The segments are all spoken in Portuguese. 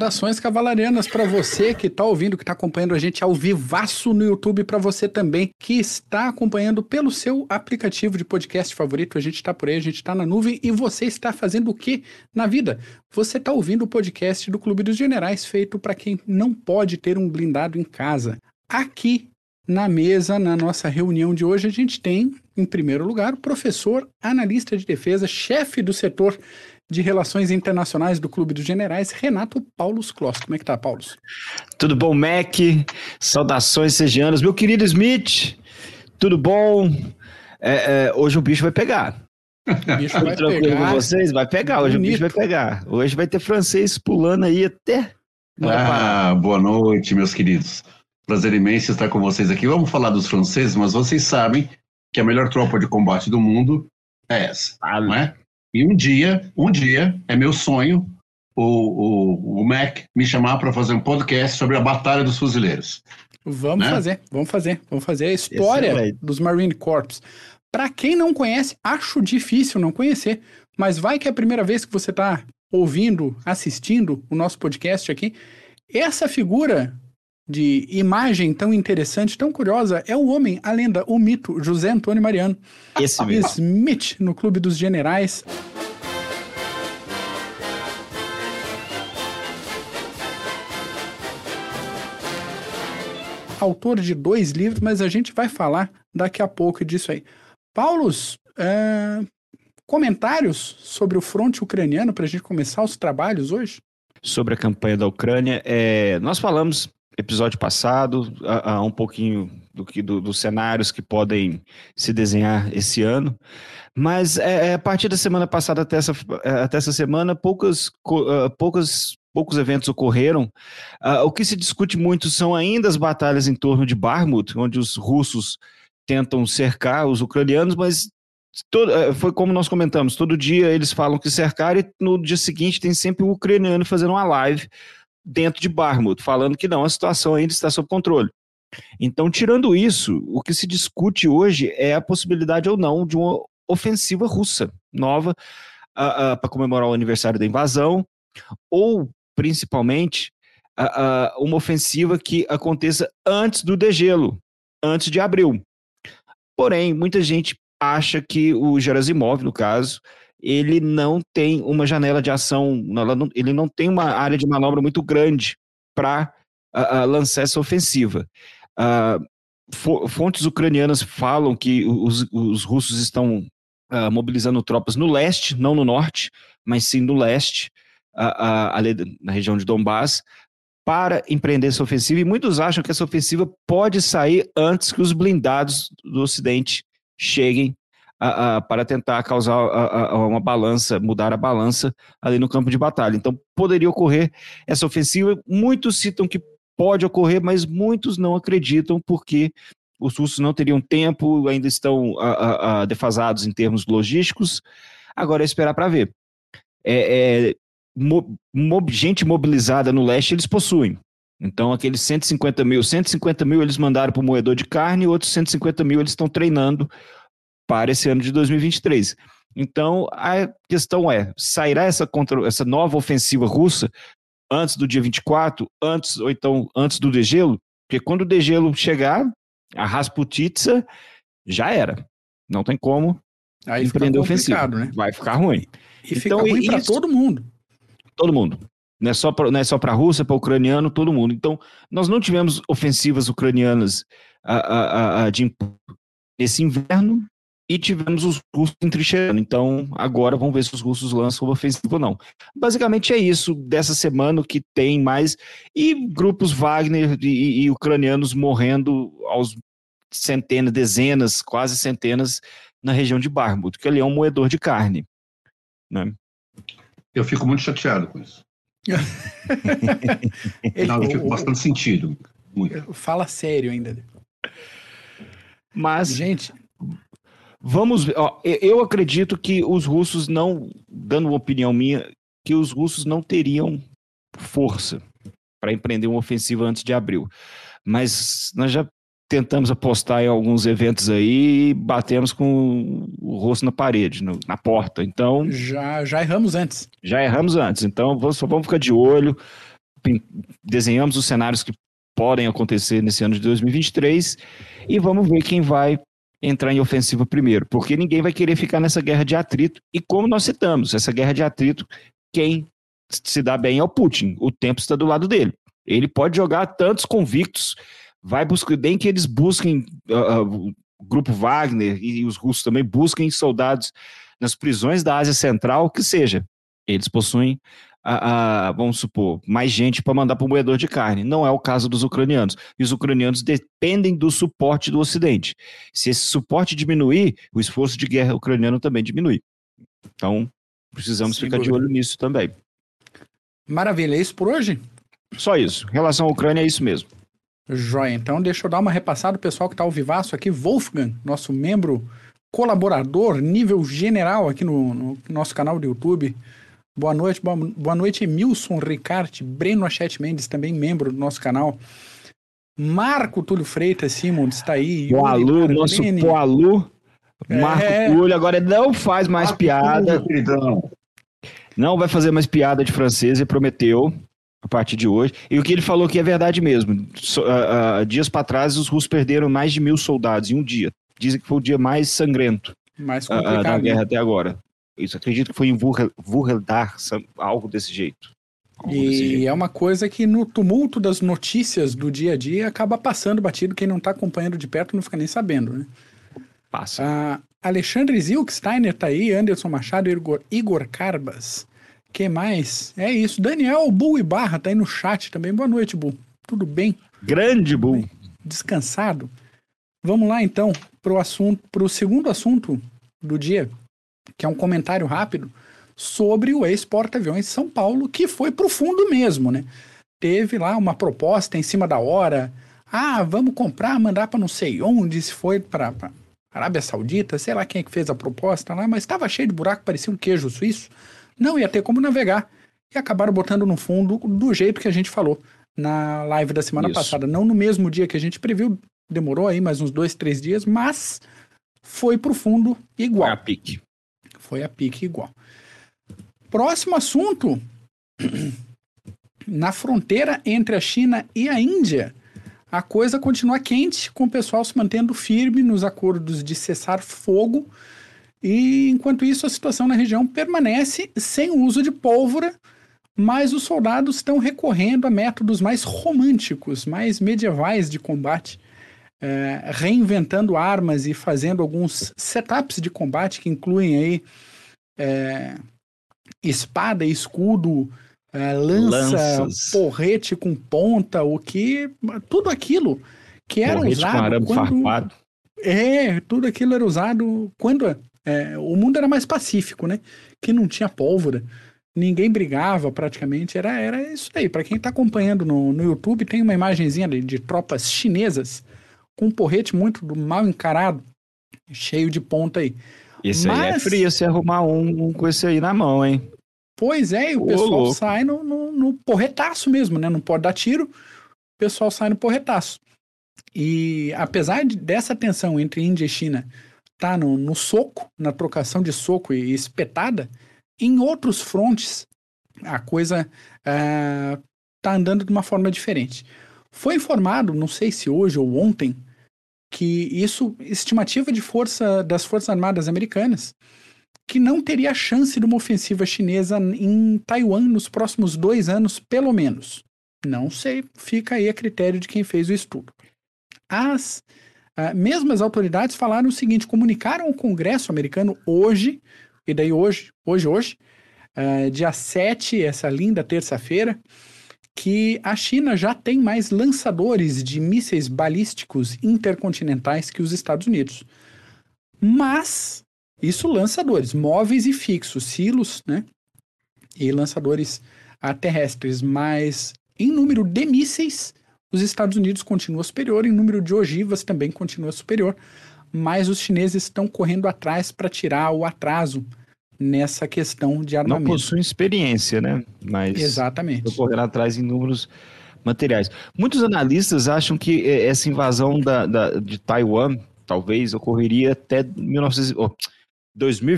Saudações cavalarianas para você que está ouvindo, que está acompanhando a gente ao vivaço no YouTube, para você também que está acompanhando pelo seu aplicativo de podcast favorito. A gente está por aí, a gente está na nuvem e você está fazendo o que na vida? Você está ouvindo o podcast do Clube dos Generais, feito para quem não pode ter um blindado em casa. Aqui na mesa, na nossa reunião de hoje, a gente tem, em primeiro lugar, o professor, analista de defesa, chefe do setor de Relações Internacionais do Clube dos Generais, Renato Paulos Kloss. Como é que tá, Paulos? Tudo bom, Mac? Saudações segianas. Meu querido Smith, tudo bom? Hoje o bicho vai pegar. O bicho vai tranquilo pegar. Com vocês? Vai pegar, hoje bonito. o bicho vai pegar. Hoje vai ter francês pulando aí até... Boa noite, meus queridos. Prazer imenso estar com vocês aqui. Vamos falar dos franceses, mas vocês sabem que a melhor tropa de combate do mundo é essa, não é? E um dia, é meu sonho o Mac me chamar para fazer um podcast sobre a Batalha dos Fuzileiros. Vamos fazer a história dos Marine Corps. Para quem não conhece, acho difícil não conhecer, mas vai que é a primeira vez que você está ouvindo, assistindo o nosso podcast aqui. Essa figura de imagem tão interessante, tão curiosa, é o homem, a lenda, o mito, José Antônio Mariano. Esse mesmo. Smith, no Clube dos Generais. Autor de 2 livros, mas a gente vai falar daqui a pouco disso aí. Paulos, comentários sobre o fronte ucraniano para a gente começar os trabalhos hoje? Sobre a campanha da Ucrânia, nós falamos episódio passado um pouquinho dos cenários que podem se desenhar esse ano, mas a partir da semana passada até essa semana, poucos eventos ocorreram. O que se discute muito são ainda as batalhas em torno de Bakhmut, onde os russos tentam cercar os ucranianos, mas foi como nós comentamos, todo dia eles falam que cercaram e no dia seguinte tem sempre um ucraniano fazendo uma live dentro de Bakhmut, falando que não, a situação ainda está sob controle. Então, tirando isso, o que se discute hoje é a possibilidade ou não de uma ofensiva russa nova para comemorar o aniversário da invasão, ou, principalmente, uma ofensiva que aconteça antes do degelo, antes de abril. Porém, muita gente acha que o Gerasimov, no caso, ele não tem uma janela de ação, ele não tem uma área de manobra muito grande para lançar essa ofensiva. Fontes ucranianas falam que os russos estão mobilizando tropas no leste, não no norte, mas sim no leste, ali na região de Donbass, para empreender essa ofensiva, e muitos acham que essa ofensiva pode sair antes que os blindados do Ocidente cheguem para tentar causar uma balança, mudar a balança ali no campo de batalha. Então, poderia ocorrer essa ofensiva. Muitos citam que pode ocorrer, mas muitos não acreditam, porque os russos não teriam tempo, ainda estão defasados em termos logísticos. Agora é esperar para ver. Gente mobilizada no leste eles possuem. Então, aqueles 150 mil eles mandaram para o moedor de carne, e outros 150 mil eles estão treinando para esse ano de 2023. Então, a questão sairá essa nova ofensiva russa antes do dia 24, ou então antes do degelo? Porque quando o degelo chegar, a Rasputitsa já era. Não tem como empreender ofensiva. Né? Vai ficar ruim. E fica ruim para todo mundo. Todo mundo. Não é só para a Rússia, para o ucraniano, todo mundo. Então, nós não tivemos ofensivas ucranianas nesse inverno, e tivemos os russos entrincheirando. Então, agora vamos ver se os russos lançam uma ofensiva ou não. Basicamente é isso dessa semana, que tem mais. E grupos Wagner e ucranianos morrendo aos centenas, dezenas, quase centenas, na região de Bakhmut, que ali é um moedor de carne. Né? Eu fico muito chateado com isso. Eu fico bastante sentido. Muito. Fala sério ainda. Mas, gente, vamos ver. Eu acredito que os russos não, dando uma opinião minha, que os russos não teriam força para empreender uma ofensiva antes de abril. Mas nós já tentamos apostar em alguns eventos aí e batemos com o rosto na parede, na porta. Então, já erramos antes. Então só vamos ficar de olho. desenhamos os cenários que podem acontecer nesse ano de 2023 e vamos ver quem vai entrar em ofensiva primeiro, porque ninguém vai querer ficar nessa guerra de atrito. E como nós citamos, essa guerra de atrito, quem se dá bem é o Putin. O tempo está do lado dele. Ele pode jogar tantos convictos, vai buscar, bem que eles busquem o grupo Wagner e os russos também busquem soldados nas prisões da Ásia Central, que seja. Eles possuem, vamos supor, mais gente para mandar para o moedor de carne. Não é o caso dos ucranianos. E os ucranianos dependem do suporte do Ocidente. Se esse suporte diminuir, o esforço de guerra ucraniano também diminui. Então, precisamos ficar de olho nisso também. Maravilha, é isso por hoje? Só isso. Em relação à Ucrânia, é isso mesmo. Joia, então deixa eu dar uma repassada, o pessoal que está ao vivaço aqui, Wolfgang, nosso membro colaborador, nível general aqui no nosso canal do YouTube. Boa noite, Emilson Ricarte, Breno Achete Mendes, também membro do nosso canal. Marco Túlio Freitas, Simons, está aí. Poalu, nosso Poalu. Marco Túlio, agora não faz mais Marco piada. Túlio, não vai fazer mais piada de francês e prometeu a partir de hoje. E o que ele falou que é verdade mesmo. Dias para trás, os russos perderam mais de 1.000 soldados em um dia. Dizem que foi o dia mais sangrento da guerra até agora. Isso, acredito que foi em Vuhledar, algo desse jeito. É uma coisa que no tumulto das notícias do dia a dia acaba passando batido. Quem não está acompanhando de perto não fica nem sabendo, né? Passa. Alexandre Zilksteiner tá aí, Anderson Machado, Igor Carbas. Quem mais? É isso. Daniel Bull e Barra tá aí no chat também. Boa noite, Bull. Tudo bem? Grande Bull. Descansado? Vamos lá, então, pro segundo assunto do dia, que é um comentário rápido sobre o ex-porta-aviões de São Paulo, que foi pro fundo mesmo, né? Teve lá uma proposta em cima da hora. Vamos comprar, mandar para não sei onde, se foi para Arábia Saudita, sei lá quem é que fez a proposta lá, mas estava cheio de buraco, parecia um queijo suíço. Não ia ter como navegar. E acabaram botando no fundo do jeito que a gente falou na live da semana passada. Não no mesmo dia que a gente previu, demorou aí mais uns 2-3 dias, mas foi pro fundo igual. Foi a pique igual. Próximo assunto. Na fronteira entre a China e a Índia, a coisa continua quente, com o pessoal se mantendo firme nos acordos de cessar fogo. E, enquanto isso, a situação na região permanece sem o uso de pólvora, mas os soldados estão recorrendo a métodos mais românticos, mais medievais de combate, reinventando armas e fazendo alguns setups de combate que incluem aí espada, escudo, lanças, porrete com ponta, tudo aquilo que era porrete usado com arame farpado. Tudo aquilo era usado quando o mundo era mais pacífico, né? Que não tinha pólvora, ninguém brigava praticamente, era isso aí. Para quem tá acompanhando no YouTube, tem uma imagenzinha de tropas chinesas com um porrete muito mal encarado, cheio de ponta aí. Esse aí é frio se arrumar um com esse aí na mão, hein? Pois é, e o pessoal sai no porretaço mesmo, né? Não pode dar tiro, o pessoal sai no porretaço. E apesar dessa tensão entre Índia e China tá no soco, na trocação de soco e espetada, em outros frontes a coisa tá andando de uma forma diferente. Foi informado, não sei se hoje ou ontem, que estimativa das Forças Armadas Americanas, que não teria chance de uma ofensiva chinesa em Taiwan nos próximos 2 anos, pelo menos. Não sei, fica aí a critério de quem fez o estudo. As mesmas autoridades falaram o seguinte, comunicaram ao Congresso americano hoje, e daí hoje, dia 7, essa linda terça-feira, que a China já tem mais lançadores de mísseis balísticos intercontinentais que os Estados Unidos. Mas, isso lançadores, móveis e fixos, silos, né? E lançadores terrestres, mas em número de mísseis, os Estados Unidos continua superior, em número de ogivas também continua superior, mas os chineses estão correndo atrás para tirar o atraso nessa questão de armamento. Não possuem experiência, né? Mas exatamente. Estão correndo atrás em números materiais. Muitos analistas acham que essa invasão de Taiwan talvez ocorreria até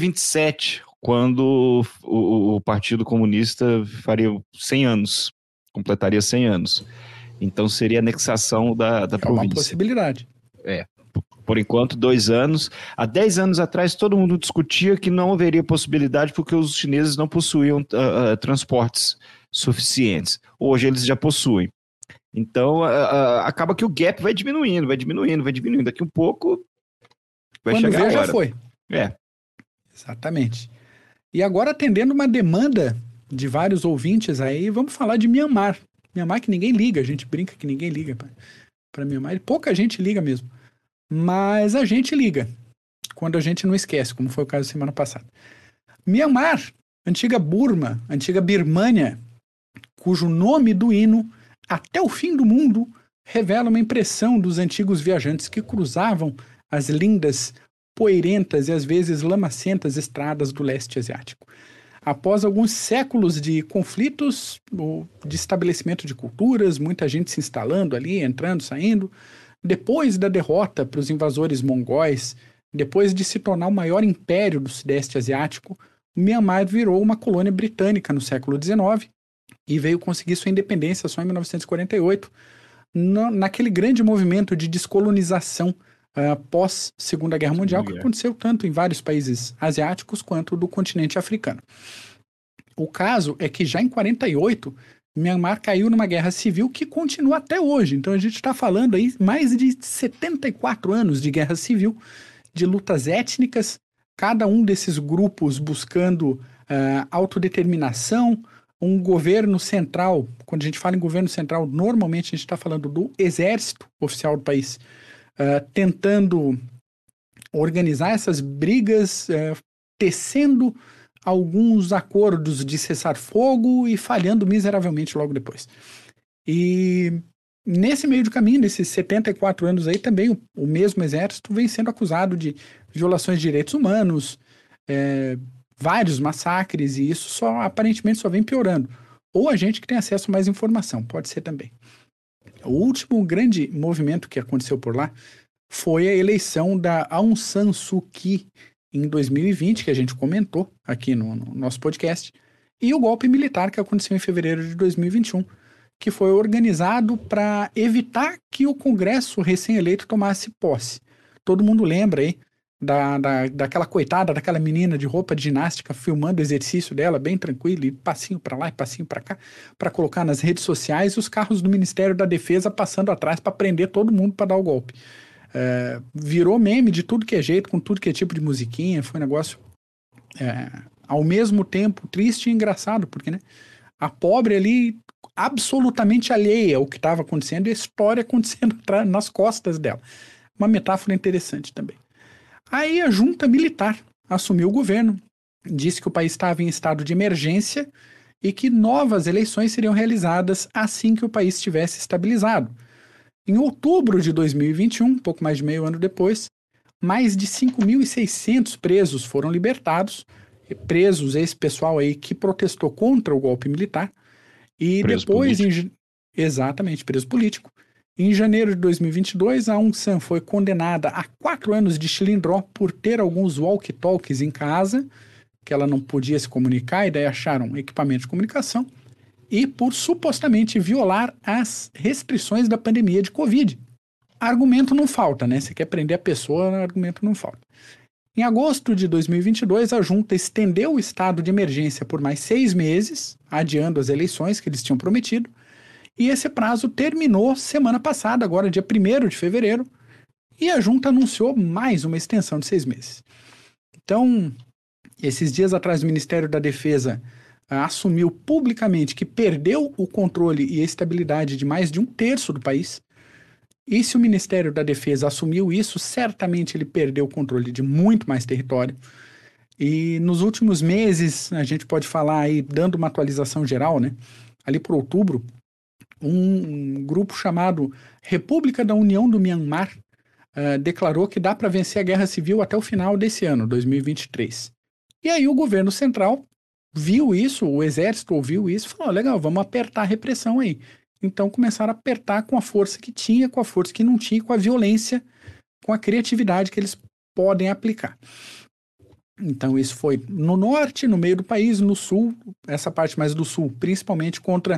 2027, quando o Partido Comunista faria 100 anos. completaria 100 anos. Então seria anexação da província. É uma possibilidade. Por enquanto, 2 anos. Há 10 anos atrás, todo mundo discutia que não haveria possibilidade porque os chineses não possuíam transportes suficientes. Hoje eles já possuem. Então, acaba que o gap vai diminuindo. Daqui um pouco vai Quando chegar a hora. já foi. Exatamente. E agora, atendendo uma demanda de vários ouvintes aí, vamos falar de Myanmar. Myanmar que ninguém liga, a gente brinca que ninguém liga para Myanmar. E pouca gente liga mesmo. Mas a gente liga, quando a gente não esquece, como foi o caso da semana passada. Myanmar, antiga Burma, antiga Birmânia, cujo nome do hino, até o fim do mundo, revela uma impressão dos antigos viajantes que cruzavam as lindas, poeirentas e às vezes lamacentas estradas do leste asiático. Após alguns séculos de conflitos, de estabelecimento de culturas, muita gente se instalando ali, entrando, saindo, depois da derrota para os invasores mongóis, depois de se tornar o maior império do Sudeste Asiático, o Myanmar virou uma colônia britânica no século XIX e veio conseguir sua independência só em 1948, naquele grande movimento de descolonização pós-Segunda Guerra Mundial, que aconteceu tanto em vários países asiáticos quanto do continente africano. O caso é que já em 1948, Myanmar caiu numa guerra civil que continua até hoje. Então a gente está falando aí mais de 74 anos de guerra civil, de lutas étnicas, cada um desses grupos buscando autodeterminação, um governo central. Quando a gente fala em governo central, normalmente a gente está falando do exército oficial do país, tentando organizar essas brigas, tecendo alguns acordos de cessar-fogo e falhando miseravelmente logo depois. E nesse meio do caminho, nesses 74 anos aí, também o mesmo exército vem sendo acusado de violações de direitos humanos, vários massacres, e isso aparentemente só vem piorando. Ou a gente que tem acesso a mais informação, pode ser também. O último grande movimento que aconteceu por lá foi a eleição da Aung San Suu Kyi, em 2020, que a gente comentou aqui no nosso podcast, e o golpe militar que aconteceu em fevereiro de 2021, que foi organizado para evitar que o Congresso recém-eleito tomasse posse. Todo mundo lembra aí daquela coitada, daquela menina de roupa de ginástica filmando o exercício dela, bem tranquilo, e passinho para lá e passinho para cá, para colocar nas redes sociais, e os carros do Ministério da Defesa passando atrás para prender todo mundo para dar o golpe. Virou meme de tudo que é jeito, com tudo que é tipo de musiquinha, foi um negócio ao mesmo tempo triste e engraçado, porque né, a pobre ali absolutamente alheia ao que estava acontecendo e a história acontecendo nas costas dela. Uma metáfora interessante também. Aí a junta militar assumiu o governo, disse que o país estava em estado de emergência e que novas eleições seriam realizadas assim que o país estivesse estabilizado. Em outubro de 2021, um pouco mais de meio ano depois, mais de 5.600 presos foram libertados, presos esse pessoal aí que protestou contra o golpe militar, e preso depois, político. Exatamente, preso político. Em janeiro de 2022, a Aung San foi condenada a 4 anos de xilindró por ter alguns walkie-talkies em casa, que ela não podia se comunicar, e daí acharam equipamento de comunicação, e por supostamente violar as restrições da pandemia de Covid. Argumento não falta, né? Você quer prender a pessoa, argumento não falta. Em agosto de 2022, a junta estendeu o estado de emergência por mais 6 meses, adiando as eleições que eles tinham prometido, e esse prazo terminou semana passada, agora dia 1º de fevereiro, e a junta anunciou mais uma extensão de 6 meses. Então, esses dias atrás o Ministério da Defesa assumiu publicamente que perdeu o controle e a estabilidade de mais de 1/3 do país. E se o Ministério da Defesa assumiu isso, certamente ele perdeu o controle de muito mais território. E nos últimos meses, a gente pode falar aí, dando uma atualização geral, né? Ali por outubro, um grupo chamado República da União do Myanmar declarou que dá para vencer a guerra civil até o final desse ano, 2023. E aí o governo central viu isso, o exército ouviu isso e falou, legal, vamos apertar a repressão aí. Então começaram a apertar com a força que tinha, com a força que não tinha, com a violência, com a criatividade que eles podem aplicar. Então isso foi no norte, no meio do país, no sul, essa parte mais do sul, principalmente contra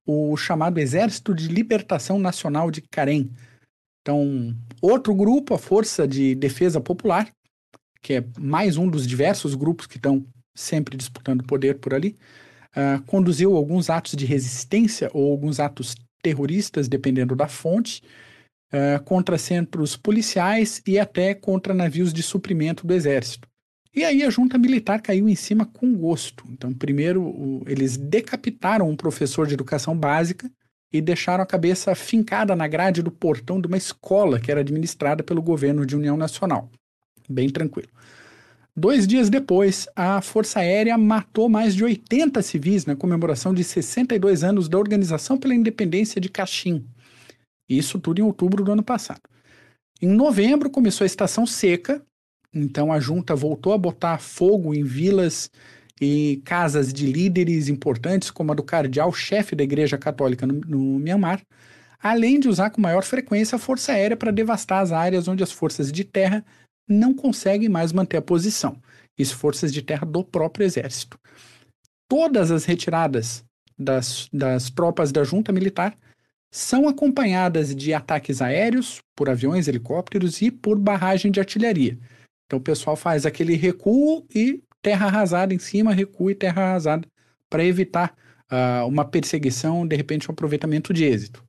o chamado Exército de Libertação Nacional de Karen. Então, outro grupo, a Força de Defesa Popular, que é mais um dos diversos grupos que estão sempre disputando poder por ali, conduziu alguns atos de resistência ou alguns atos terroristas, dependendo da fonte, contra centros policiais e até contra navios de suprimento do exército. E aí a junta militar caiu em cima com gosto. Então, primeiro, eles decapitaram um professor de educação básica e deixaram a cabeça fincada na grade do portão de uma escola que era administrada pelo governo de União Nacional. Bem tranquilo. 2 dias depois, a Força Aérea matou mais de 80 civis na comemoração de 62 anos da Organização pela Independência de Caxim. Isso tudo em outubro do ano passado. Em novembro começou a estação seca, então a junta voltou a botar fogo em vilas e casas de líderes importantes, como a do cardeal-chefe da Igreja Católica no Myanmar, além de usar com maior frequência a Força Aérea para devastar as áreas onde as forças de terra não conseguem mais manter a posição. Isso, forças de terra do próprio exército. Todas as retiradas das tropas da junta militar são acompanhadas de ataques aéreos, por aviões, helicópteros e por barragem de artilharia. Então o pessoal faz aquele recuo e terra arrasada em cima, recuo e terra arrasada, para evitar uma perseguição, de repente um aproveitamento de êxito.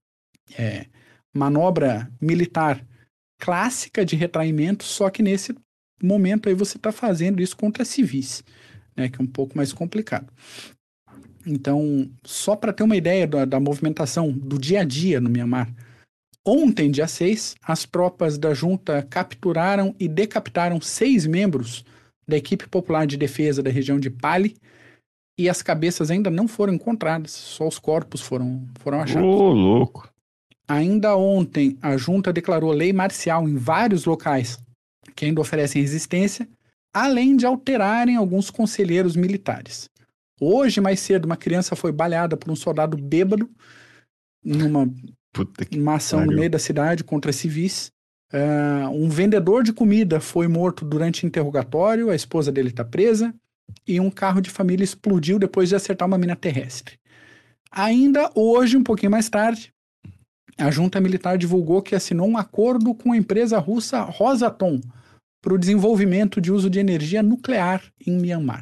Manobra militar clássica de retraimento, só que nesse momento aí você está fazendo isso contra civis, né, que é um pouco mais complicado. Então, só para ter uma ideia da movimentação do dia a dia no Myanmar, ontem, dia 6, as tropas da junta capturaram e decapitaram 6 membros da equipe popular de defesa da região de Pali, e as cabeças ainda não foram encontradas, só os corpos foram achados. Ô, louco! Ainda ontem, a junta declarou lei marcial em vários locais que ainda oferecem resistência, além de alterarem alguns conselheiros militares. Hoje, mais cedo, uma criança foi baleada por um soldado bêbado numa ação no meio da cidade contra civis. Um vendedor de comida foi morto durante interrogatório, a esposa dele está presa, e um carro de família explodiu depois de acertar uma mina terrestre. Ainda hoje, um pouquinho mais tarde, a junta militar divulgou que assinou um acordo com a empresa russa Rosatom para o desenvolvimento de uso de energia nuclear em Myanmar.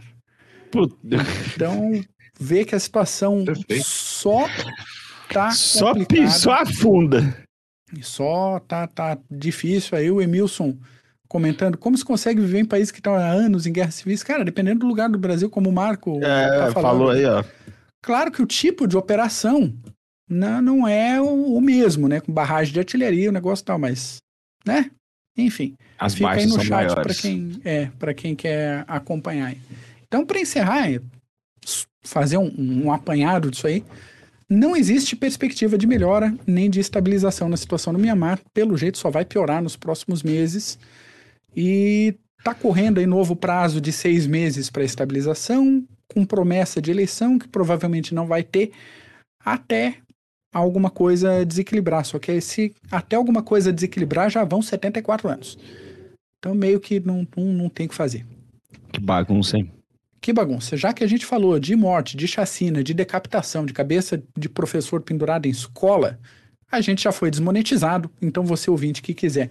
Então, vê que a situação só tá complicada. Só afunda. Só tá difícil. Aí o Emilson comentando como se consegue viver em países que estão há anos em guerras civis. Cara, dependendo do lugar do Brasil, como o Marco tá falando. Falou aí, ó. Claro que o tipo de operação não é o mesmo, né? Com barragem de artilharia, o negócio e tal, mas, né? Enfim, as fica aí no chat para quem quer acompanhar aí. Então, para encerrar, fazer um apanhado disso aí, não existe perspectiva de melhora nem de estabilização na situação no Myanmar. Pelo jeito, só vai piorar nos próximos meses. E está correndo aí novo prazo de 6 meses para estabilização, com promessa de eleição, que provavelmente não vai ter, até alguma coisa desequilibrar. Só que até alguma coisa desequilibrar já vão 74 anos. Então, meio que não tem o que fazer. Que bagunça, hein? Que bagunça. Já que a gente falou de morte, de chacina, de decapitação, de cabeça de professor pendurado em escola, a gente já foi desmonetizado. Então, você ouvinte que quiser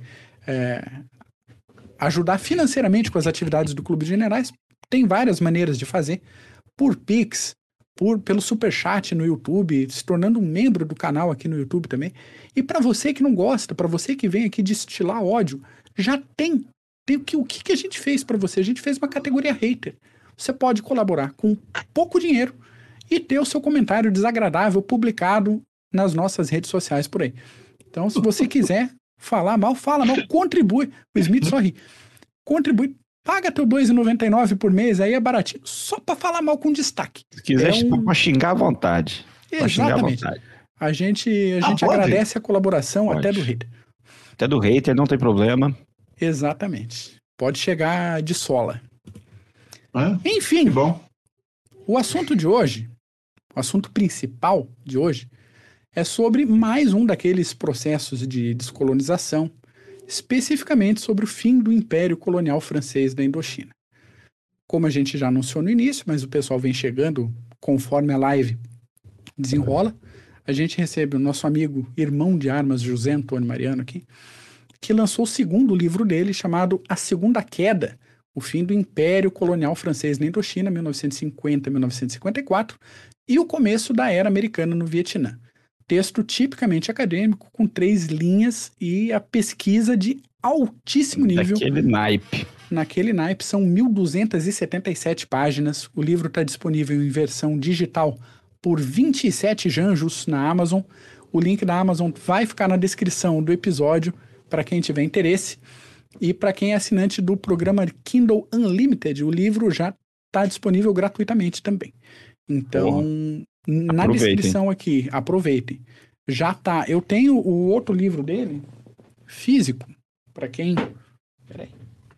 ajudar financeiramente com as atividades do Clube de Generais, tem várias maneiras de fazer. Por Pix, pelo Superchat no YouTube, se tornando um membro do canal aqui no YouTube também. E para você que não gosta, para você que vem aqui destilar ódio, já tem o que a gente fez para você? A gente fez uma categoria hater. Você pode colaborar com pouco dinheiro e ter o seu comentário desagradável publicado nas nossas redes sociais por aí. Então, se você quiser falar mal, fala mal, contribui. O Smith só ri. Contribui, paga teu R$2,99 por mês, aí é baratinho, só para falar mal com destaque. Se quiser, para xingar à vontade. Exatamente. A gente agradece a colaboração até do hater. Até do hater, não tem problema. Exatamente. Pode chegar de sola. Enfim, bom. O assunto de hoje, o assunto principal de hoje, é sobre mais um daqueles processos de descolonização, especificamente sobre o fim do Império Colonial Francês da Indochina. Como a gente já anunciou no início, mas o pessoal vem chegando conforme a live desenrola, a gente recebe o nosso amigo, irmão de armas, José Antônio Mariano aqui, que lançou o segundo livro dele, chamado A Segunda Queda, o fim do Império Colonial Francês na Indochina, 1950-1954, e o começo da Era Americana no Vietnã. Texto tipicamente acadêmico, com 3 linhas e a pesquisa de altíssimo nível. Naquele naipe, são 1.277 páginas. O livro está disponível em versão digital por 27 janjos na Amazon. O link da Amazon vai ficar na descrição do episódio para quem tiver interesse. E para quem é assinante do programa Kindle Unlimited, o livro já está disponível gratuitamente também. Então, na descrição aqui, aproveitem. Já tá. Eu tenho o outro livro dele, físico, para quem... Peraí.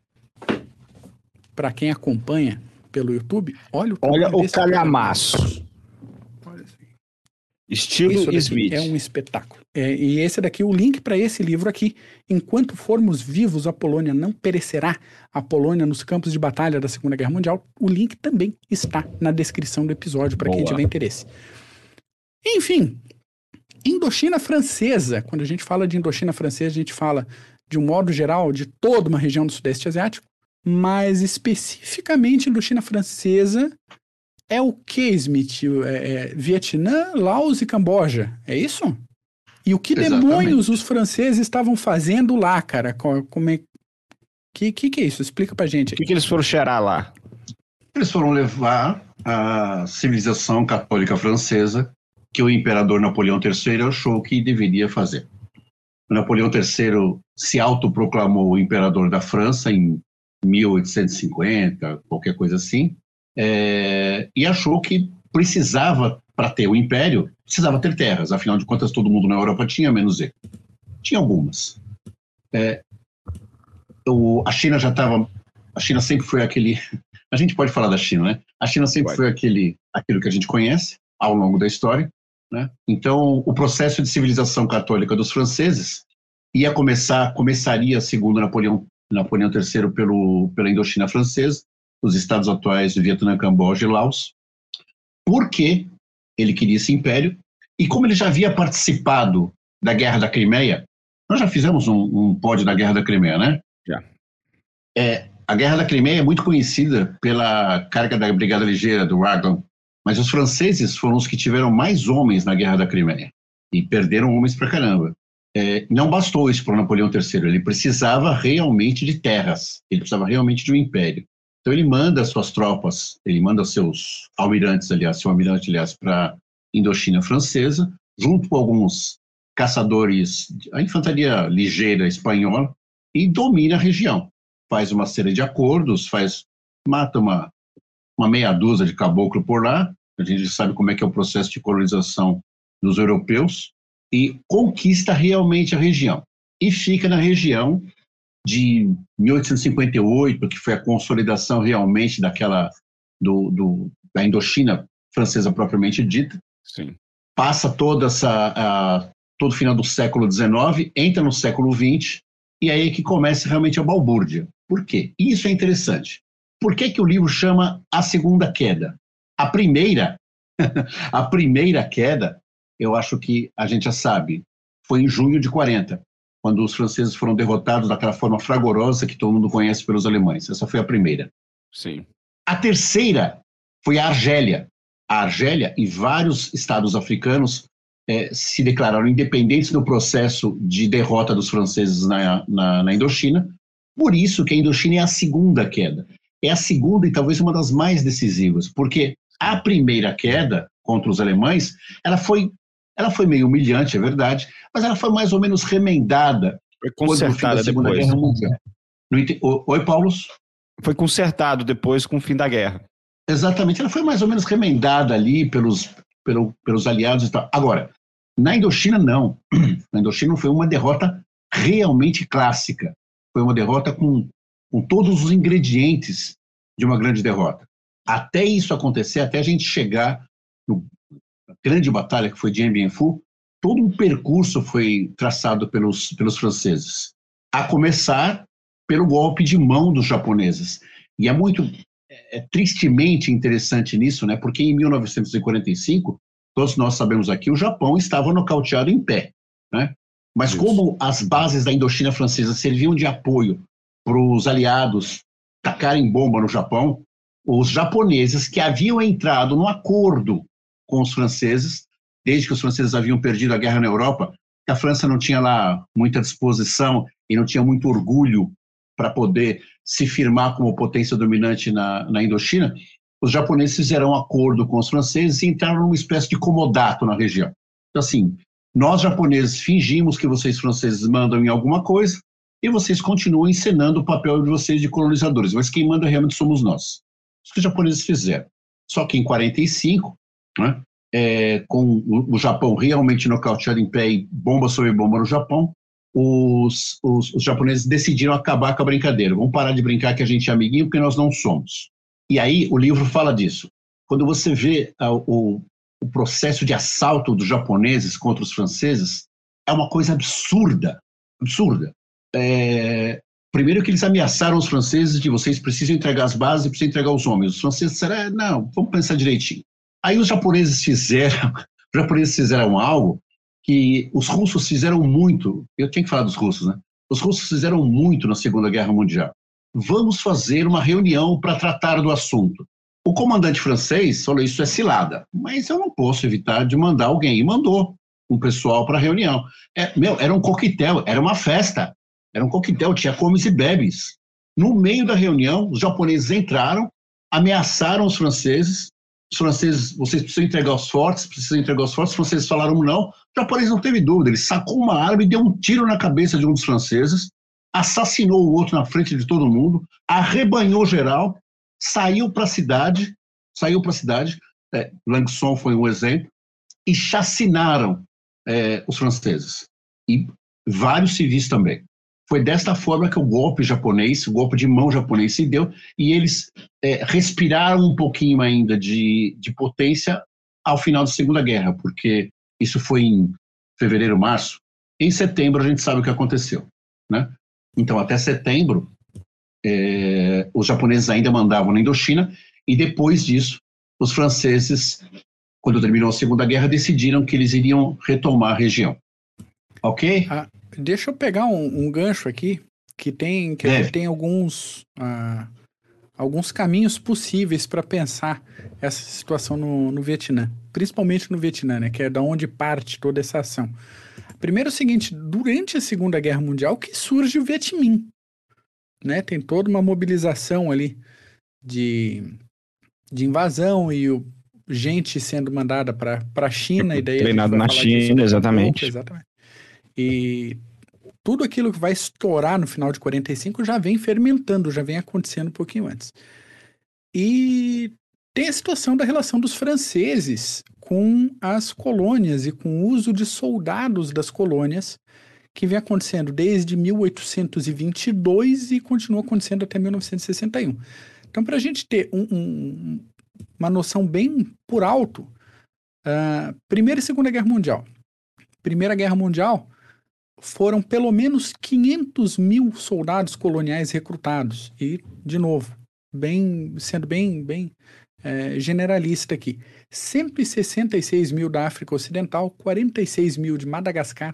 Para quem acompanha pelo YouTube, olha o calhamaço. Olha assim. Estilo Smith. É um espetáculo. E esse daqui, o link para esse livro aqui, Enquanto Formos Vivos, a Polônia Não Perecerá, a Polônia nos Campos de Batalha da Segunda Guerra Mundial, o link também está na descrição do episódio, para quem tiver interesse. Enfim, Indochina Francesa. Quando a gente fala de Indochina Francesa, a gente fala, de um modo geral, de toda uma região do Sudeste Asiático, mas especificamente Indochina Francesa é o que, Smith? Vietnã, Laos e Camboja, é isso? E o que demônios os franceses estavam fazendo lá, cara? Como é... Que é isso? Explica pra gente. O que eles foram cheirar lá? Eles foram levar a civilização católica francesa que o imperador Napoleão III achou que deveria fazer. O Napoleão III se autoproclamou o imperador da França em 1850, qualquer coisa assim, e achou que precisava, para ter o império, precisava ter terras. Afinal de contas, todo mundo na Europa tinha, menos ele. Tinha algumas. A China já estava... A China sempre foi aquele... A gente pode falar da China, né? A China sempre foi aquilo que a gente conhece ao longo da história, né? Então, o processo de civilização católica dos franceses começaria, segundo Napoleão III, pela Indochina Francesa, os estados atuais do Vietnã, Camboja e Laos, porque ele queria esse império, e como ele já havia participado da Guerra da Crimeia, nós já fizemos um pod da Guerra da Crimeia, né? Já. A Guerra da Crimeia é muito conhecida pela carga da Brigada Ligeira, do Raglan, mas os franceses foram os que tiveram mais homens na Guerra da Crimeia, e perderam homens pra caramba. Não bastou isso para o Napoleão III, ele precisava realmente de terras, ele precisava realmente de um império. Então ele manda suas tropas, ele manda seus almirantes, seu almirante, para a Indochina Francesa, junto com alguns caçadores, a infantaria ligeira espanhola, e domina a região. Faz uma série de acordos, mata uma meia dúzia de caboclo por lá, a gente sabe como é que é o processo de colonização dos europeus, e conquista realmente a região. E fica na região de 1858, que foi a consolidação realmente da Indochina francesa propriamente dita. Sim. Passa todo o final do século XIX, entra no século XX, e aí é que começa realmente a balbúrdia. Por quê? Isso é interessante. Por que o livro chama A Segunda Queda? A primeira queda, eu acho que a gente já sabe, foi em junho de 40, quando os franceses foram derrotados daquela forma fragorosa que todo mundo conhece pelos alemães. Essa foi a primeira. Sim. A terceira foi a Argélia. A Argélia e vários estados africanos se declararam independentes no processo de derrota dos franceses na Indochina. Por isso que a Indochina é a segunda queda. É a segunda e talvez uma das mais decisivas, porque a primeira queda contra os alemães, ela foi meio humilhante, é verdade, mas ela foi mais ou menos remendada. Foi consertada depois. Guerra Mundial. Oi, Paulo? Foi consertado depois com o fim da guerra. Exatamente, ela foi mais ou menos remendada ali pelos aliados e tal. Agora, na Indochina não. Na Indochina foi uma derrota realmente clássica. Foi uma derrota com todos os ingredientes de uma grande derrota. Até isso acontecer, até a gente chegar na grande batalha que foi Dien Bien Phu, todo um percurso foi traçado pelos franceses, a começar pelo golpe de mão dos japoneses. E é tristemente interessante nisso, né? Porque em 1945 todos nós sabemos aqui, o Japão estava nocauteado em pé, né? Mas como as bases da Indochina francesa serviam de apoio para os aliados tacarem bomba no Japão, os japoneses que haviam entrado no acordo com os franceses, desde que os franceses haviam perdido a guerra na Europa, que a França não tinha lá muita disposição e não tinha muito orgulho para poder se firmar como potência dominante na Indochina, os japoneses fizeram um acordo com os franceses e entraram numa espécie de comodato na região. Então, assim, nós japoneses fingimos que vocês franceses mandam em alguma coisa e vocês continuam encenando o papel de vocês de colonizadores, mas quem manda realmente somos nós. Isso que os japoneses fizeram. Só que em 45, né, com o Japão realmente nocauteado em pé e bomba sobre bomba no Japão, os japoneses decidiram acabar com a brincadeira. Vamos parar de brincar que a gente é amiguinho, porque nós não somos. E aí o livro fala disso. Quando você vê o processo de assalto dos japoneses contra os franceses, é uma coisa absurda, absurda. Primeiro que eles ameaçaram os franceses de vocês precisam entregar as bases e precisam entregar os homens. Os franceses disseram, não, vamos pensar direitinho. Aí os japoneses fizeram algo que os russos fizeram muito. Eu tenho que falar dos russos, né? Os russos fizeram muito na Segunda Guerra Mundial. Vamos fazer uma reunião para tratar do assunto. O comandante francês falou, isso é cilada, mas eu não posso evitar de mandar alguém. E mandou um pessoal para a reunião. Era um coquetel, era uma festa. Era um coquetel, tinha comes e bebes. No meio da reunião, os japoneses entraram, ameaçaram os franceses, vocês precisam entregar os fortes, os franceses falaram não, o japonês não teve dúvida, ele sacou uma arma e deu um tiro na cabeça de um dos franceses, assassinou o outro na frente de todo mundo, arrebanhou geral, saiu para a cidade, Langueson foi um exemplo, e chacinaram os franceses, e vários civis também. Foi desta forma que o golpe de mão japonês se deu, e eles respiraram um pouquinho ainda de potência ao final da Segunda Guerra, porque isso foi em fevereiro, março. Em setembro a gente sabe o que aconteceu, né? Então até setembro os japoneses ainda mandavam na Indochina, e depois disso os franceses, quando terminou a Segunda Guerra, decidiram que eles iriam retomar a região. Ok? Deixa eu pegar um gancho aqui, que a gente tem alguns caminhos possíveis para pensar essa situação no Vietnã, principalmente no Vietnã, né, que é da onde parte toda essa ação. Primeiro é o seguinte, durante a Segunda Guerra Mundial que surge o Viet Minh, né, tem toda uma mobilização ali de invasão e gente sendo mandada para a China, e daí treinado na China, exatamente. Exatamente. E tudo aquilo que vai estourar no final de 45 já vem fermentando, já vem acontecendo um pouquinho antes. E tem a situação da relação dos franceses com as colônias e com o uso de soldados das colônias, que vem acontecendo desde 1822 e continua acontecendo até 1961. Então, para a gente ter uma noção bem por alto, Primeira e Segunda Guerra Mundial. Primeira Guerra Mundial, foram pelo menos 500 mil soldados coloniais recrutados. E, de novo, sendo bem generalista aqui, 166 mil da África Ocidental, 46 mil de Madagascar,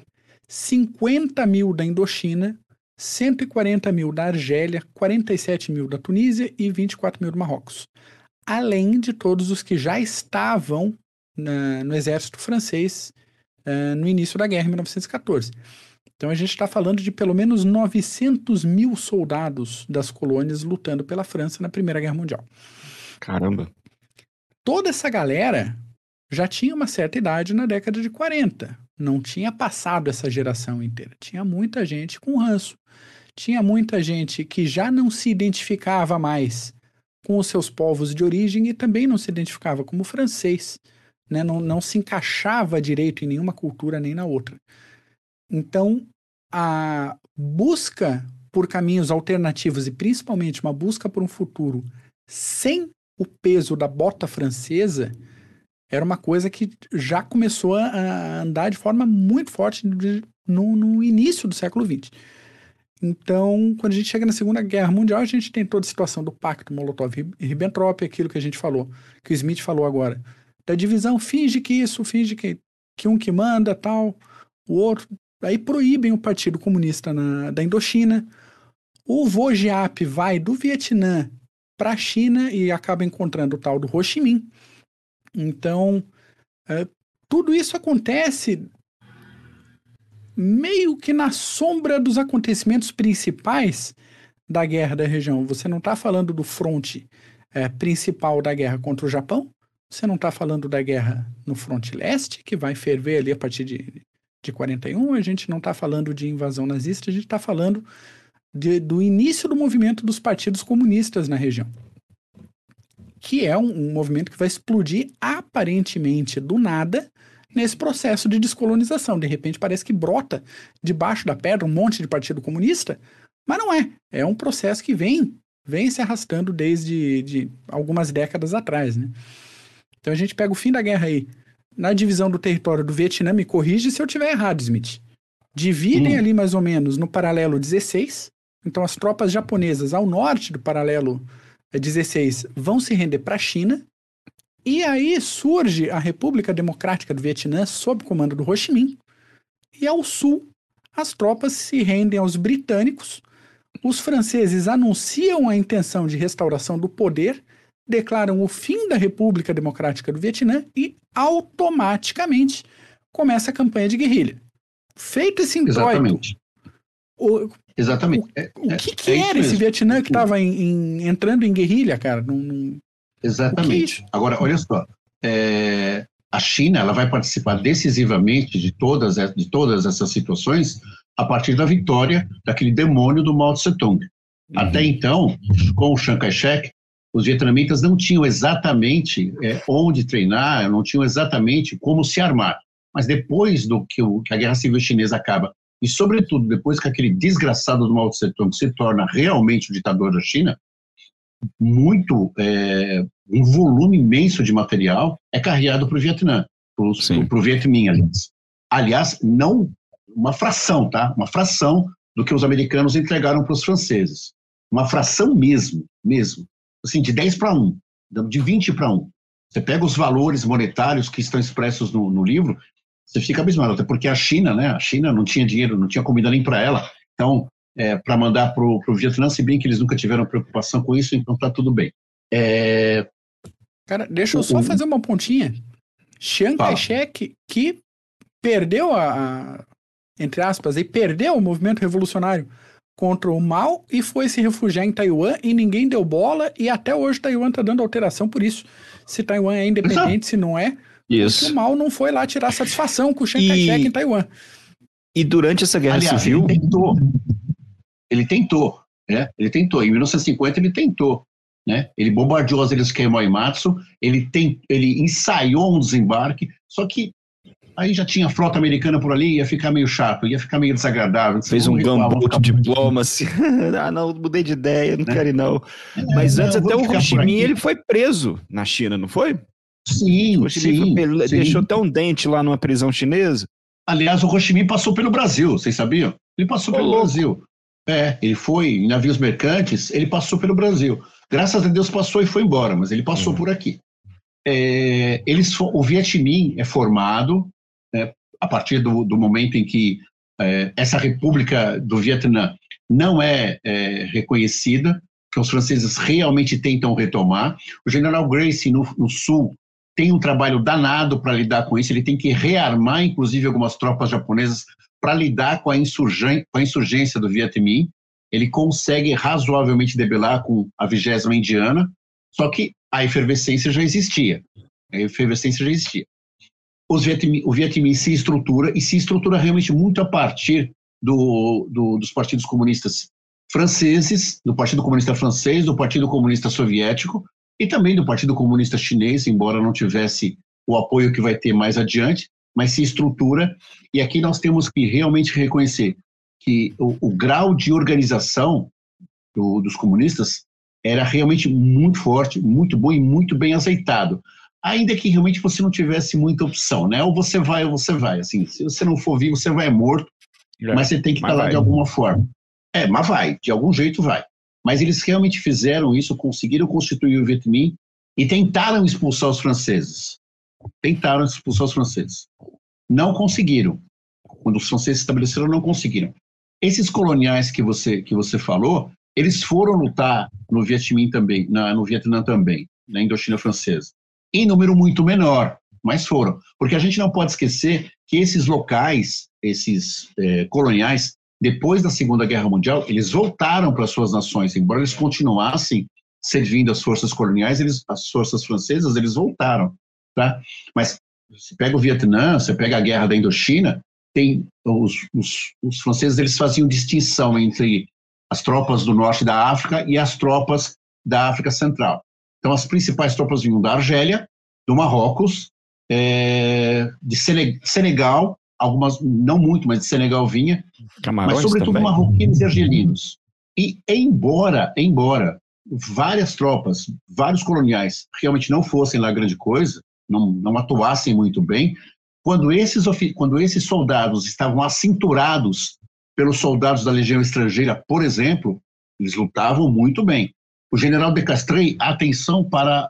50 mil da Indochina, 140 mil da Argélia, 47 mil da Tunísia e 24 mil do Marrocos. Além de todos os que já estavam no exército francês no início da guerra, em 1914. Então a gente está falando de pelo menos 900 mil soldados das colônias lutando pela França na Primeira Guerra Mundial. Caramba! Toda essa galera já tinha uma certa idade na década de 40. Não tinha passado essa geração inteira. Tinha muita gente com ranço. Tinha muita gente que já não se identificava mais com os seus povos de origem e também não se identificava como francês, né? Não se encaixava direito em nenhuma cultura nem na outra. Então, a busca por caminhos alternativos e principalmente uma busca por um futuro sem o peso da bota francesa era uma coisa que já começou a andar de forma muito forte no início do século XX. Então, quando a gente chega na Segunda Guerra Mundial, a gente tem toda a situação do Pacto Molotov-Ribbentrop, aquilo que a gente falou, que o Smith falou agora, da divisão, finge que um que manda, tal, o outro. Aí proíbem o Partido Comunista da Indochina. O Vojiap vai do Vietnã para a China e acaba encontrando o tal do Ho Chi Minh. Então, tudo isso acontece meio que na sombra dos acontecimentos principais da guerra da região. Você não está falando do fronte principal da guerra contra o Japão, você não está falando da guerra no fronte leste, que vai ferver ali a partir de 41, a gente não está falando de invasão nazista, a gente está falando do início do movimento dos partidos comunistas na região, que é um movimento que vai explodir aparentemente do nada nesse processo de descolonização. De repente parece que brota debaixo da pedra um monte de partido comunista, mas não é. É um processo que vem se arrastando desde algumas décadas atrás, né? Então a gente pega o fim da guerra aí, na divisão do território do Vietnã, me corrige se eu estiver errado, Smith. Dividem ali mais ou menos no paralelo 16, então as tropas japonesas ao norte do paralelo 16 vão se render para a China, e aí surge a República Democrática do Vietnã sob o comando do Ho Chi Minh, e ao sul as tropas se rendem aos britânicos, os franceses anunciam a intenção de restauração do poder, declaram o fim da República Democrática do Vietnã e automaticamente começa a campanha de guerrilha. Feito esse introito, Exatamente. O que era esse Vietnã que estava entrando em guerrilha, cara? Exatamente. Agora, olha só, a China ela vai participar decisivamente de todas essas situações a partir da vitória daquele demônio do Mao Tse-tung. Até então, com o Chiang Kai-shek, os vietnamitas não tinham exatamente onde treinar, não tinham exatamente como se armar. Mas depois que a Guerra Civil Chinesa acaba, e sobretudo depois que aquele desgraçado do Mao Tse-tung se torna realmente o ditador da China, um volume imenso de material é carreado para o Vietnã, para o Viet Minh, aliás. Aliás, não uma fração, tá? Uma fração do que os americanos entregaram para os franceses. Uma fração mesmo. Assim, de 10 para 1, de 20 para 1. Você pega os valores monetários que estão expressos no livro, você fica abismado, até porque a China, né? A China não tinha dinheiro, não tinha comida nem para ela. Então, para mandar para o Vietnã, se bem que eles nunca tiveram preocupação com isso, então tá tudo bem. Cara, deixa eu só fazer uma pontinha. Chiang Kai-shek, que perdeu entre aspas, perdeu o movimento revolucionário contra o Mao e foi se refugiar em Taiwan e ninguém deu bola e até hoje Taiwan tá dando alteração por isso. Se Taiwan é independente, se não é, porque o Mao não foi lá tirar satisfação com o Chiang Kai-shek em Taiwan. E durante essa guerra civil... Ele tentou. Em 1950 ele tentou. Né? Ele bombardeou as ilhas Queimó e Matsu, ele ensaiou um desembarque, só que aí já tinha frota americana por ali, ia ficar meio chato, ia ficar meio desagradável. Fez um gambô de diplomacia. Não, mudei de ideia, não quero ir não. Mas antes até o Ho Chi Minh, ele foi preso na China, não foi? Sim, o Ho Chi Minh deixou até um dente lá numa prisão chinesa. Aliás, o Ho Chi Minh passou pelo Brasil, vocês sabiam? Ele passou pelo Brasil. Ele foi em navios mercantes, ele passou pelo Brasil. Graças a Deus passou e foi embora, mas ele passou por aqui. O Viet Minh é formado a partir do momento em que essa República do Vietnã não é reconhecida, que os franceses realmente tentam retomar. O general Gracie, no sul, tem um trabalho danado para lidar com isso, ele tem que rearmar, inclusive, algumas tropas japonesas para lidar com a insurgência do Viet Minh. Ele consegue razoavelmente debelar com a 20ª Indiana, só que a efervescência já existia. O Viet Minh se estrutura realmente muito a partir dos partidos comunistas franceses, do Partido Comunista Francês, do Partido Comunista Soviético e também do Partido Comunista Chinês, embora não tivesse o apoio que vai ter mais adiante, mas se estrutura, e aqui nós temos que realmente reconhecer que o grau de organização dos comunistas era realmente muito forte, muito bom e muito bem azeitado, ainda que realmente você não tivesse muita opção, né? Ou você vai, assim, se você não for vivo, você vai morto, mas você tem que estar lá de alguma forma. Mas vai, de algum jeito vai. Mas eles realmente fizeram isso, conseguiram constituir o Viet Minh e tentaram expulsar os franceses. tentaram expulsar os franceses. Não conseguiram. Quando os franceses se estabeleceram, não conseguiram. Esses coloniais que você falou, eles foram lutar no Vietnã também, no Vietnã também, na Indochina francesa. Em número muito menor, mas foram. Porque a gente não pode esquecer que esses locais, esses coloniais, depois da Segunda Guerra Mundial, eles voltaram para suas nações. Embora eles continuassem servindo as forças coloniais, as forças francesas, eles voltaram. Tá? Mas você pega o Vietnã, você pega a Guerra da Indochina, tem os franceses, eles faziam distinção entre as tropas do norte da África e as tropas da África Central. Então, as principais tropas vinham da Argélia, do Marrocos, de Senegal, algumas, não muito, mas de Senegal vinha, Camarões mas sobretudo também. marroquinos e argelinos. E embora várias tropas, vários coloniais realmente não fossem lá grande coisa, não atuassem muito bem, quando esses soldados estavam acinturados pelos soldados da Legião Estrangeira, por exemplo, eles lutavam muito bem. O general de Castries, atenção para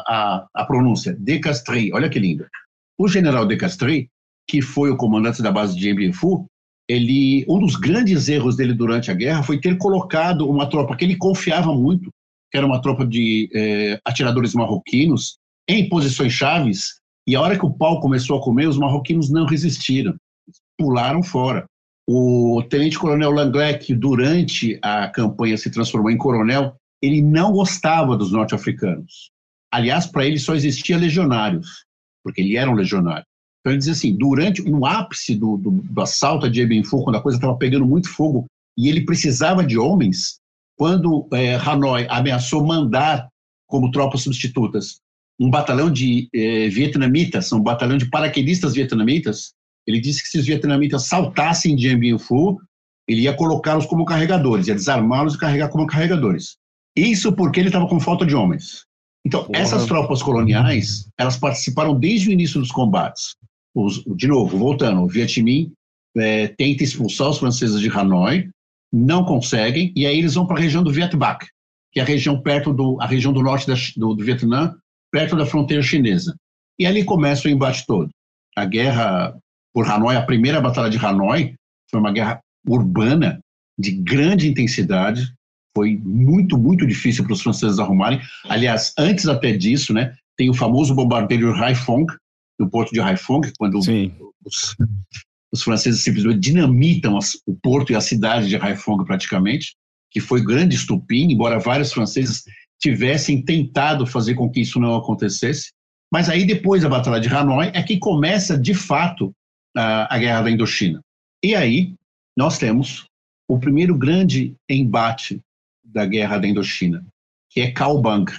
a pronúncia, de Castries, olha que lindo. O general de Castries, que foi o comandante da base de Dien Bien Phu, um dos grandes erros dele durante a guerra foi ter colocado uma tropa que ele confiava muito, que era uma tropa de atiradores marroquinos, em posições chaves, e a hora que o pau começou a comer, os marroquinos não resistiram, pularam fora. O tenente-coronel Langlais, que durante a campanha se transformou em coronel, ele não gostava dos norte-africanos. Aliás, para ele só existia legionários, porque ele era um legionário. Então ele dizia assim, no ápice do assalto a Dien Bien Phu, quando a coisa estava pegando muito fogo, e ele precisava de homens, quando Hanoi ameaçou mandar como tropas substitutas um batalhão de vietnamitas, um batalhão de paraquedistas vietnamitas, ele disse que se os vietnamitas saltassem de Dien Bien Phu, ele ia colocá-los como carregadores, ia desarmá-los e carregar como carregadores. Isso porque ele estava com falta de homens. Então, essas tropas coloniais, elas participaram desde o início dos combates. De novo, voltando, o Vietminh tenta expulsar os franceses de Hanoi, não conseguem, e aí eles vão para a região do Viet Bac, que é a região a região do norte do Vietnã, perto da fronteira chinesa. E ali começa o embate todo. A guerra por Hanoi, a primeira batalha de Hanoi, foi uma guerra urbana de grande intensidade, foi muito, muito difícil para os franceses arrumarem. Aliás, antes até disso, né, tem o famoso bombardeio Haiphong, no porto de Haiphong, quando os franceses simplesmente dinamitam o porto e a cidade de Haiphong praticamente, que foi grande estupim, embora vários franceses tivessem tentado fazer com que isso não acontecesse. Mas aí depois da Batalha de Hanoi é que começa de fato a Guerra da Indochina. E aí nós temos o primeiro grande embate da Guerra da Indochina, que é Cao Bang.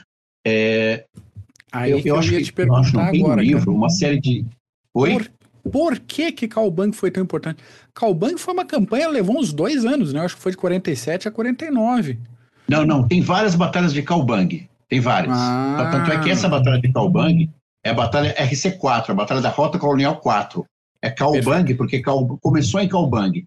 Aí eu acho que te perguntar tem agora, um livro, cara. uma série de... Oi? Por que Cao Bang foi tão importante? Cao Bang foi uma campanha, levou uns 2 anos, né? Eu acho que foi de 47 a 49. Não, tem várias batalhas de Cao Bang, tem várias. Tanto é que essa batalha de Cao Bang é a batalha RC4, a batalha da Rota Colonial 4. É Cao Bang porque começou em Cao Bang.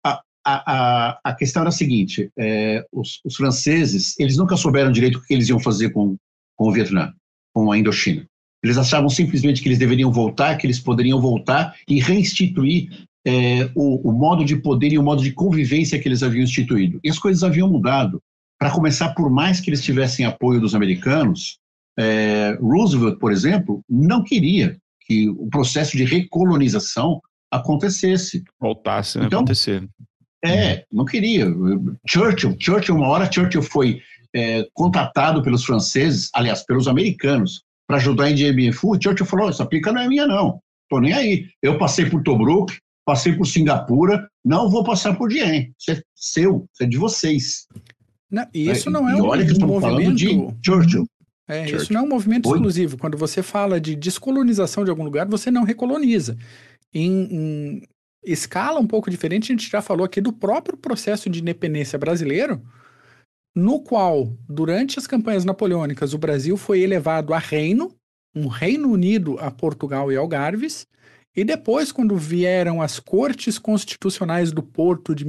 A questão era a seguinte, os franceses, eles nunca souberam direito o que eles iam fazer com o Vietnã, com a Indochina. Eles achavam simplesmente que eles deveriam voltar, que eles poderiam voltar e reinstituir o modo de poder e o modo de convivência que eles haviam instituído. E as coisas haviam mudado. Para começar, por mais que eles tivessem apoio dos americanos, Roosevelt, por exemplo, não queria que o processo de recolonização acontecesse. Voltasse a acontecer. Não queria. Churchill, uma hora Churchill foi contatado pelos franceses, aliás, pelos americanos, para ajudar em Dien Bien Phu, e Churchill falou, essa pica não é minha não, tô nem aí. Eu passei por Tobruk, passei por Singapura, não vou passar por Dien. Isso é seu, isso é de vocês. Não, isso não é um olha que estamos falando de Churchill. Isso não é um movimento exclusivo. Quando você fala de descolonização de algum lugar, você não recoloniza. Em escala um pouco diferente, a gente já falou aqui do próprio processo de independência brasileiro, no qual, durante as campanhas napoleônicas, o Brasil foi elevado a reino, um Reino Unido a Portugal e Algarves, e depois, quando vieram as cortes constitucionais do Porto de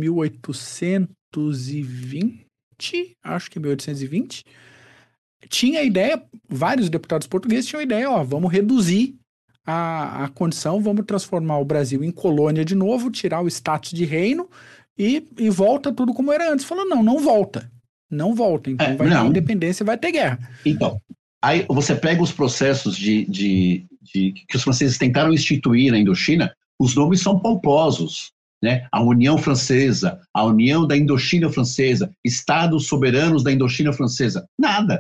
1820, acho que 1820, tinha a ideia, vários deputados portugueses tinham a ideia, vamos reduzir a condição, vamos transformar o Brasil em colônia de novo, tirar o status de reino e volta tudo como era antes. Falou, não volta. Não volta. Então vai ter independência e vai ter guerra. Então, aí você pega os processos que os franceses tentaram instituir na Indochina, os nomes são pomposos, né? A União Francesa, a União da Indochina Francesa, Estados Soberanos da Indochina Francesa. Nada,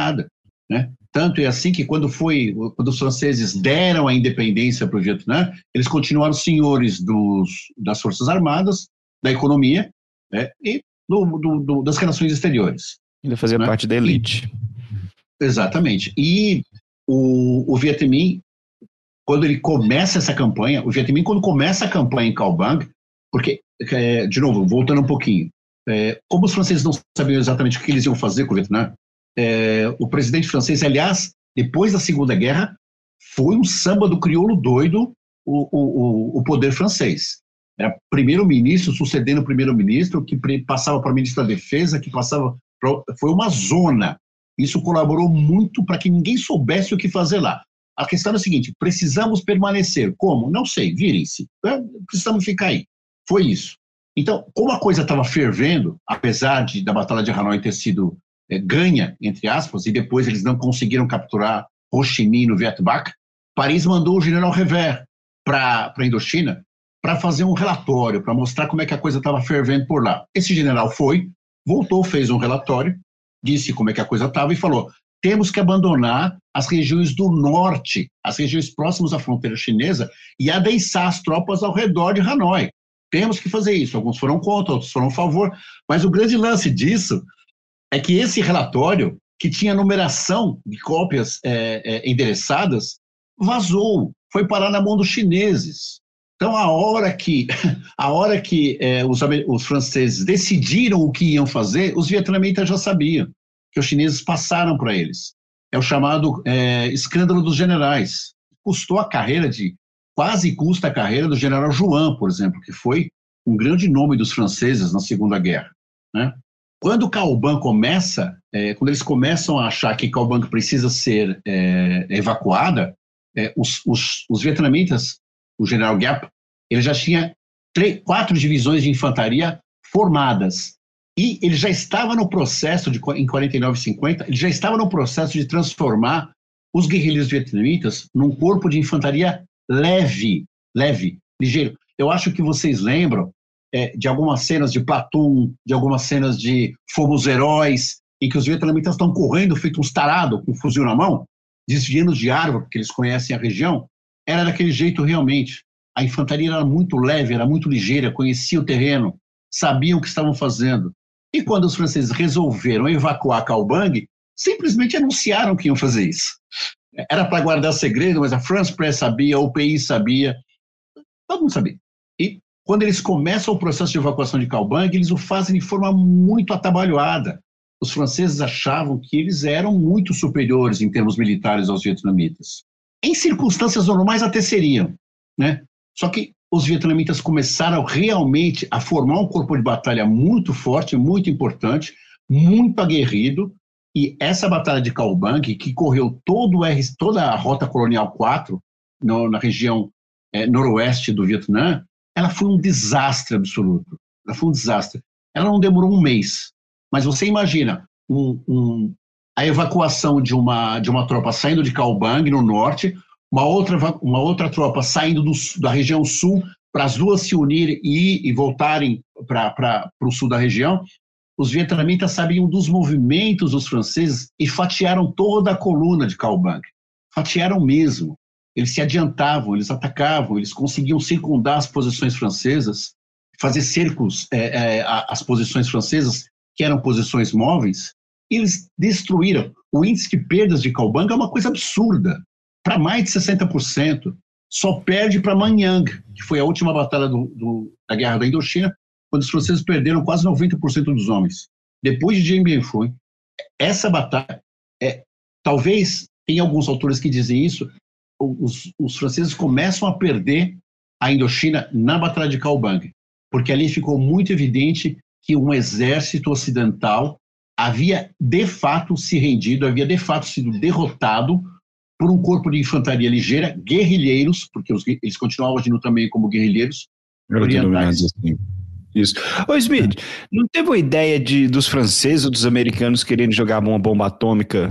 né? Tanto é assim que quando os franceses deram a independência para o Vietnã, eles continuaram senhores das Forças Armadas, da economia, né? E das relações exteriores. Ainda fazia parte da elite. Exatamente. E o Viet Minh, quando ele começa essa campanha, quando começa a campanha em Cao Bang, porque, de novo, voltando um pouquinho, como os franceses não sabiam exatamente o que eles iam fazer com o Vietnã, o presidente francês, aliás, depois da Segunda Guerra, foi um samba do crioulo doido o poder francês. Era primeiro-ministro sucedendo o primeiro-ministro, que passava para o ministro da Defesa, foi uma zona. Isso colaborou muito para que ninguém soubesse o que fazer lá. A questão é a seguinte, precisamos permanecer. Como? Não sei, virem-se. Precisamos ficar aí. Foi isso. Então, como a coisa estava fervendo, apesar da Batalha de Hanoi ter sido ganha, entre aspas, e depois eles não conseguiram capturar Ho Chi Minh no Viet Bac, Paris mandou o general Revert para a Indochina para fazer um relatório, para mostrar como é que a coisa estava fervendo por lá. Esse general voltou, fez um relatório, disse como é que a coisa estava e falou, temos que abandonar as regiões do norte, as regiões próximas à fronteira chinesa e adeissar as tropas ao redor de Hanoi. Temos que fazer isso. Alguns foram contra, outros foram a favor, mas o grande lance disso é que esse relatório, que tinha numeração de cópias endereçadas, vazou, foi parar na mão dos chineses. Então, a hora que os franceses decidiram o que iam fazer, os vietnamitas já sabiam, que os chineses passaram para eles. É o chamado escândalo dos generais. Quase custa a carreira do general Juin, por exemplo, que foi um grande nome dos franceses na Segunda Guerra, né? Quando Cao Bang quando eles começam a achar que Cao Bang precisa ser evacuada, os vietnamitas, o general Giap, ele já tinha 4 divisões de infantaria formadas. E ele já estava no processo, em 49 e 50, ele já estava no processo de transformar os guerrilheiros vietnamitas num corpo de infantaria leve, ligeiro. Eu acho que vocês lembram de algumas cenas de Platoon, de algumas cenas de Fomos Heróis, em que os vietnamitas estão correndo feito uns tarados, com um fuzil na mão, desviando de árvore, porque eles conhecem a região. Era daquele jeito realmente. A infantaria era muito leve, era muito ligeira, conhecia o terreno, sabiam o que estavam fazendo. E quando os franceses resolveram evacuar Cao Bang, simplesmente anunciaram que iam fazer isso. Era para guardar segredo, mas a France Press sabia, o PI sabia, todo mundo sabia. E quando eles começam o processo de evacuação de Cao Bang, eles o fazem de forma muito atabalhoada. Os franceses achavam que eles eram muito superiores em termos militares aos vietnamitas. Em circunstâncias normais até seriam, né? Só que os vietnamitas começaram realmente a formar um corpo de batalha muito forte, muito importante, muito aguerrido, e essa batalha de Cao Bang, que correu toda a Rota Colonial 4, na região noroeste do Vietnã, ela foi um desastre absoluto. Ela foi um desastre. Ela não demorou um mês, mas você imagina a evacuação de uma tropa saindo de Cao Bang, no norte, uma outra tropa saindo da região sul, para as duas se unirem e voltarem para o sul da região. Os vietnamitas sabiam dos movimentos dos franceses e fatiaram toda a coluna de Cao Bang. Fatiaram mesmo. Eles se adiantavam, eles atacavam, eles conseguiam circundar as posições francesas, fazer cercos às posições francesas, que eram posições móveis, e eles destruíram. O índice de perdas de Cao Bang é uma coisa absurda, para mais de 60%. Só perde para Manyang, que foi a última batalha da Guerra da Indochina, quando os franceses perderam quase 90% dos homens. Depois de Dien Bien Phu, essa batalha, talvez, tem alguns autores que dizem isso, os franceses começam a perder a Indochina na Batalha de Cao Bang, porque ali ficou muito evidente que um exército ocidental havia de fato se rendido, havia de fato sido derrotado por um corpo de infantaria ligeira, guerrilheiros, porque eles continuavam agindo também como guerrilheiros orientais. Assim. Isso. Ô, Smith, não teve uma ideia dos franceses ou dos americanos querendo jogar uma bomba atômica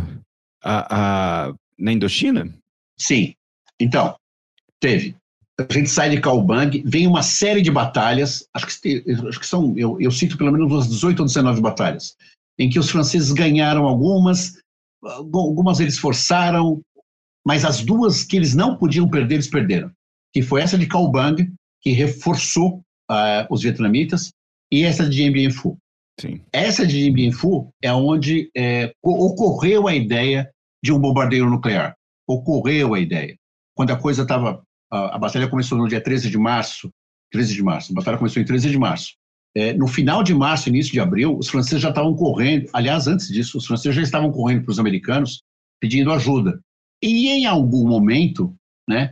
na Indochina? Sim. Então, teve. A gente sai de Calbang, vem uma série de batalhas, acho que são, eu cito pelo menos umas 18 ou 19 batalhas, em que os franceses ganharam algumas eles forçaram, mas as duas que eles não podiam perder, eles perderam. Que foi essa de Calbang, que reforçou os vietnamitas, e essa de Dien Bien Phu. Sim. Essa de Dien Bien Phu é onde ocorreu a ideia de um bombardeio nuclear. Ocorreu a ideia. Quando a coisa estava... A batalha começou no dia 13 de março. A batalha começou em 13 de março. No final de março, início de abril, os franceses já estavam correndo. Aliás, antes disso, os franceses já estavam correndo para os americanos, pedindo ajuda. E em algum momento, né,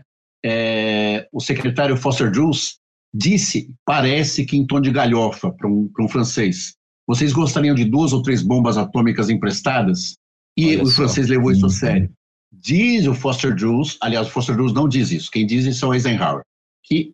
o secretário Foster Dulles disse, parece que em tom de galhofa para um francês, vocês gostariam de 2 ou 3 bombas atômicas emprestadas? E o francês levou isso a sério. Diz o Foster Dulles, aliás, o Foster Dulles não diz isso, quem diz isso é o Eisenhower, que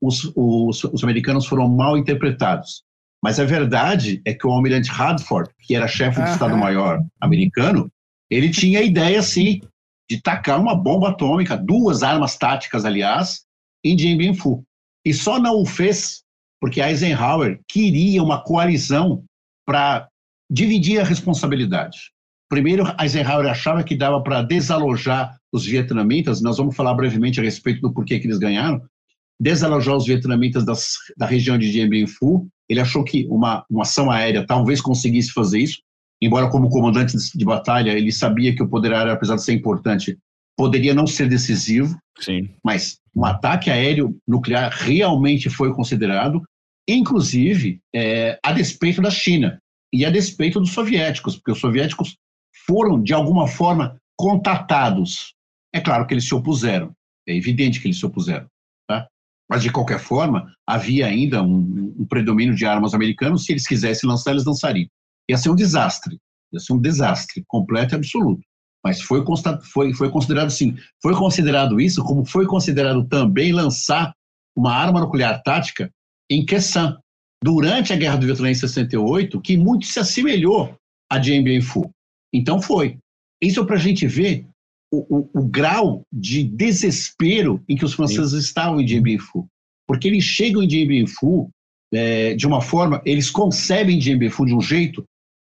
os americanos foram mal interpretados. Mas a verdade é que o almirante Radford, que era chefe do Estado-Maior americano, ele tinha a ideia, sim, de tacar uma bomba atômica, 2 armas táticas, aliás, em Dien Bien Phu. E só não o fez porque Eisenhower queria uma coalizão para dividir a responsabilidade. Primeiro, Eisenhower achava que dava para desalojar os vietnamitas, nós vamos falar brevemente a respeito do porquê que eles ganharam, desalojar os vietnamitas da região de Dien Bien Phu. Ele achou que uma ação aérea talvez conseguisse fazer isso, embora como comandante de batalha ele sabia que o poder aéreo, apesar de ser importante, poderia não ser decisivo. Sim. Mas um ataque aéreo nuclear realmente foi considerado, inclusive a despeito da China e a despeito dos soviéticos, porque os soviéticos foram, de alguma forma, contatados. É claro que eles se opuseram, é evidente que eles se opuseram, tá? Mas, de qualquer forma, havia ainda um predomínio de armas americanos, se eles quisessem lançar, eles lançariam. Ia ser um desastre completo e absoluto. Mas foi considerado, sim, foi considerado isso, como foi considerado também lançar uma arma nuclear tática em Quezon, durante a Guerra do Vietnã em 68, que muito se assemelhou a Dien Bien Phu. Então foi. Isso é para a gente ver o grau de desespero em que os franceses estavam em Dien Bien Phu. Porque eles chegam em Dien Bien Phu de uma forma, eles concebem Dien Bien Phu de um jeito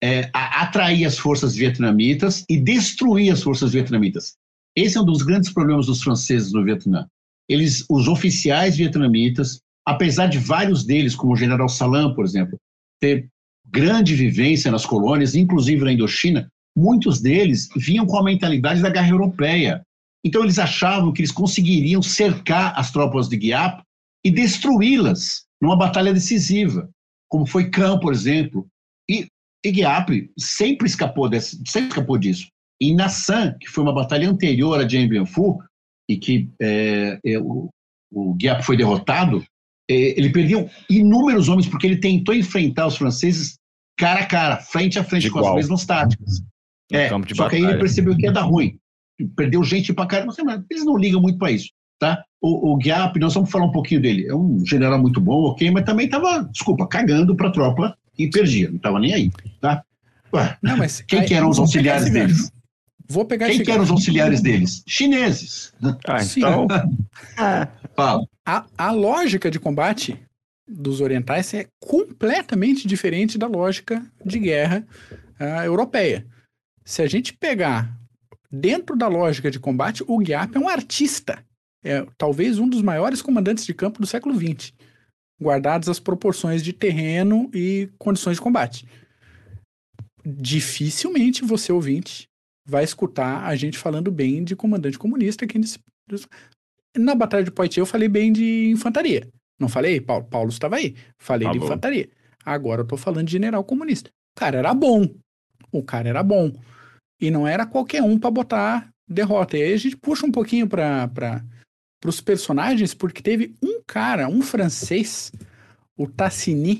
a atrair as forças vietnamitas e destruir as forças vietnamitas. Esse é um dos grandes problemas dos franceses no Vietnã. Os oficiais vietnamitas, apesar de vários deles, como o general Salam, por exemplo, ter grande vivência nas colônias, inclusive na Indochina, muitos deles vinham com a mentalidade da guerra europeia. Então eles achavam que eles conseguiriam cercar as tropas de Giap e destruí-las numa batalha decisiva, como foi Caen, por exemplo. E Giap sempre escapou disso. E Nassan, que foi uma batalha anterior a Dien Bien Phu, e que o Giap foi derrotado, ele perdeu inúmeros homens porque ele tentou enfrentar os franceses cara a cara, frente a frente, com as mesmas táticas. Só que aí ele percebeu que ia dar ruim. Perdeu gente pra caramba, mas eles não ligam muito para isso, tá? O Giap, nós vamos falar um pouquinho dele, é um general muito bom, ok, mas também estava, cagando para a tropa e perdia, não estava nem aí, tá? Ué, não, mas quem que eram os auxiliares deles? Quem que eram os auxiliares deles? Chineses. Então... Fala. A lógica de combate dos orientais é completamente diferente da lógica de guerra europeia. Se a gente pegar dentro da lógica de combate, o Giap é um artista. É talvez um dos maiores comandantes de campo do século XX, guardadas as proporções de terreno e condições de combate. Dificilmente você, ouvinte, vai escutar a gente falando bem de comandante comunista. Na Batalha de Poitiers eu falei bem de infantaria. Não falei? Paulo estava aí. Falei de infantaria. Agora eu tô falando de general comunista. O cara era bom. E não era qualquer um para botar derrota. E aí a gente puxa um pouquinho para os personagens, porque teve um francês, o Tassigny,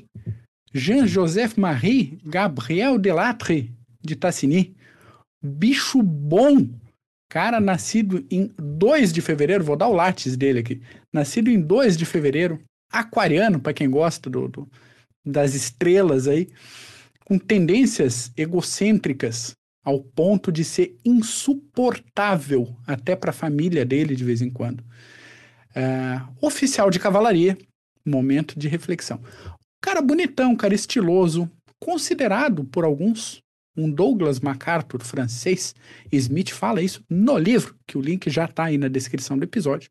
Jean-Joseph Marie Gabriel Delattre de Tassigny, bicho bom Cara nascido em 2 de fevereiro, vou dar o látis dele aqui. Nascido em 2 de fevereiro, aquariano, para quem gosta das estrelas aí, com tendências egocêntricas ao ponto de ser insuportável até para a família dele de vez em quando. Oficial de cavalaria, momento de reflexão. Cara bonitão, cara estiloso, considerado por alguns um Douglas MacArthur francês. Smith fala isso no livro, que o link já está aí na descrição do episódio.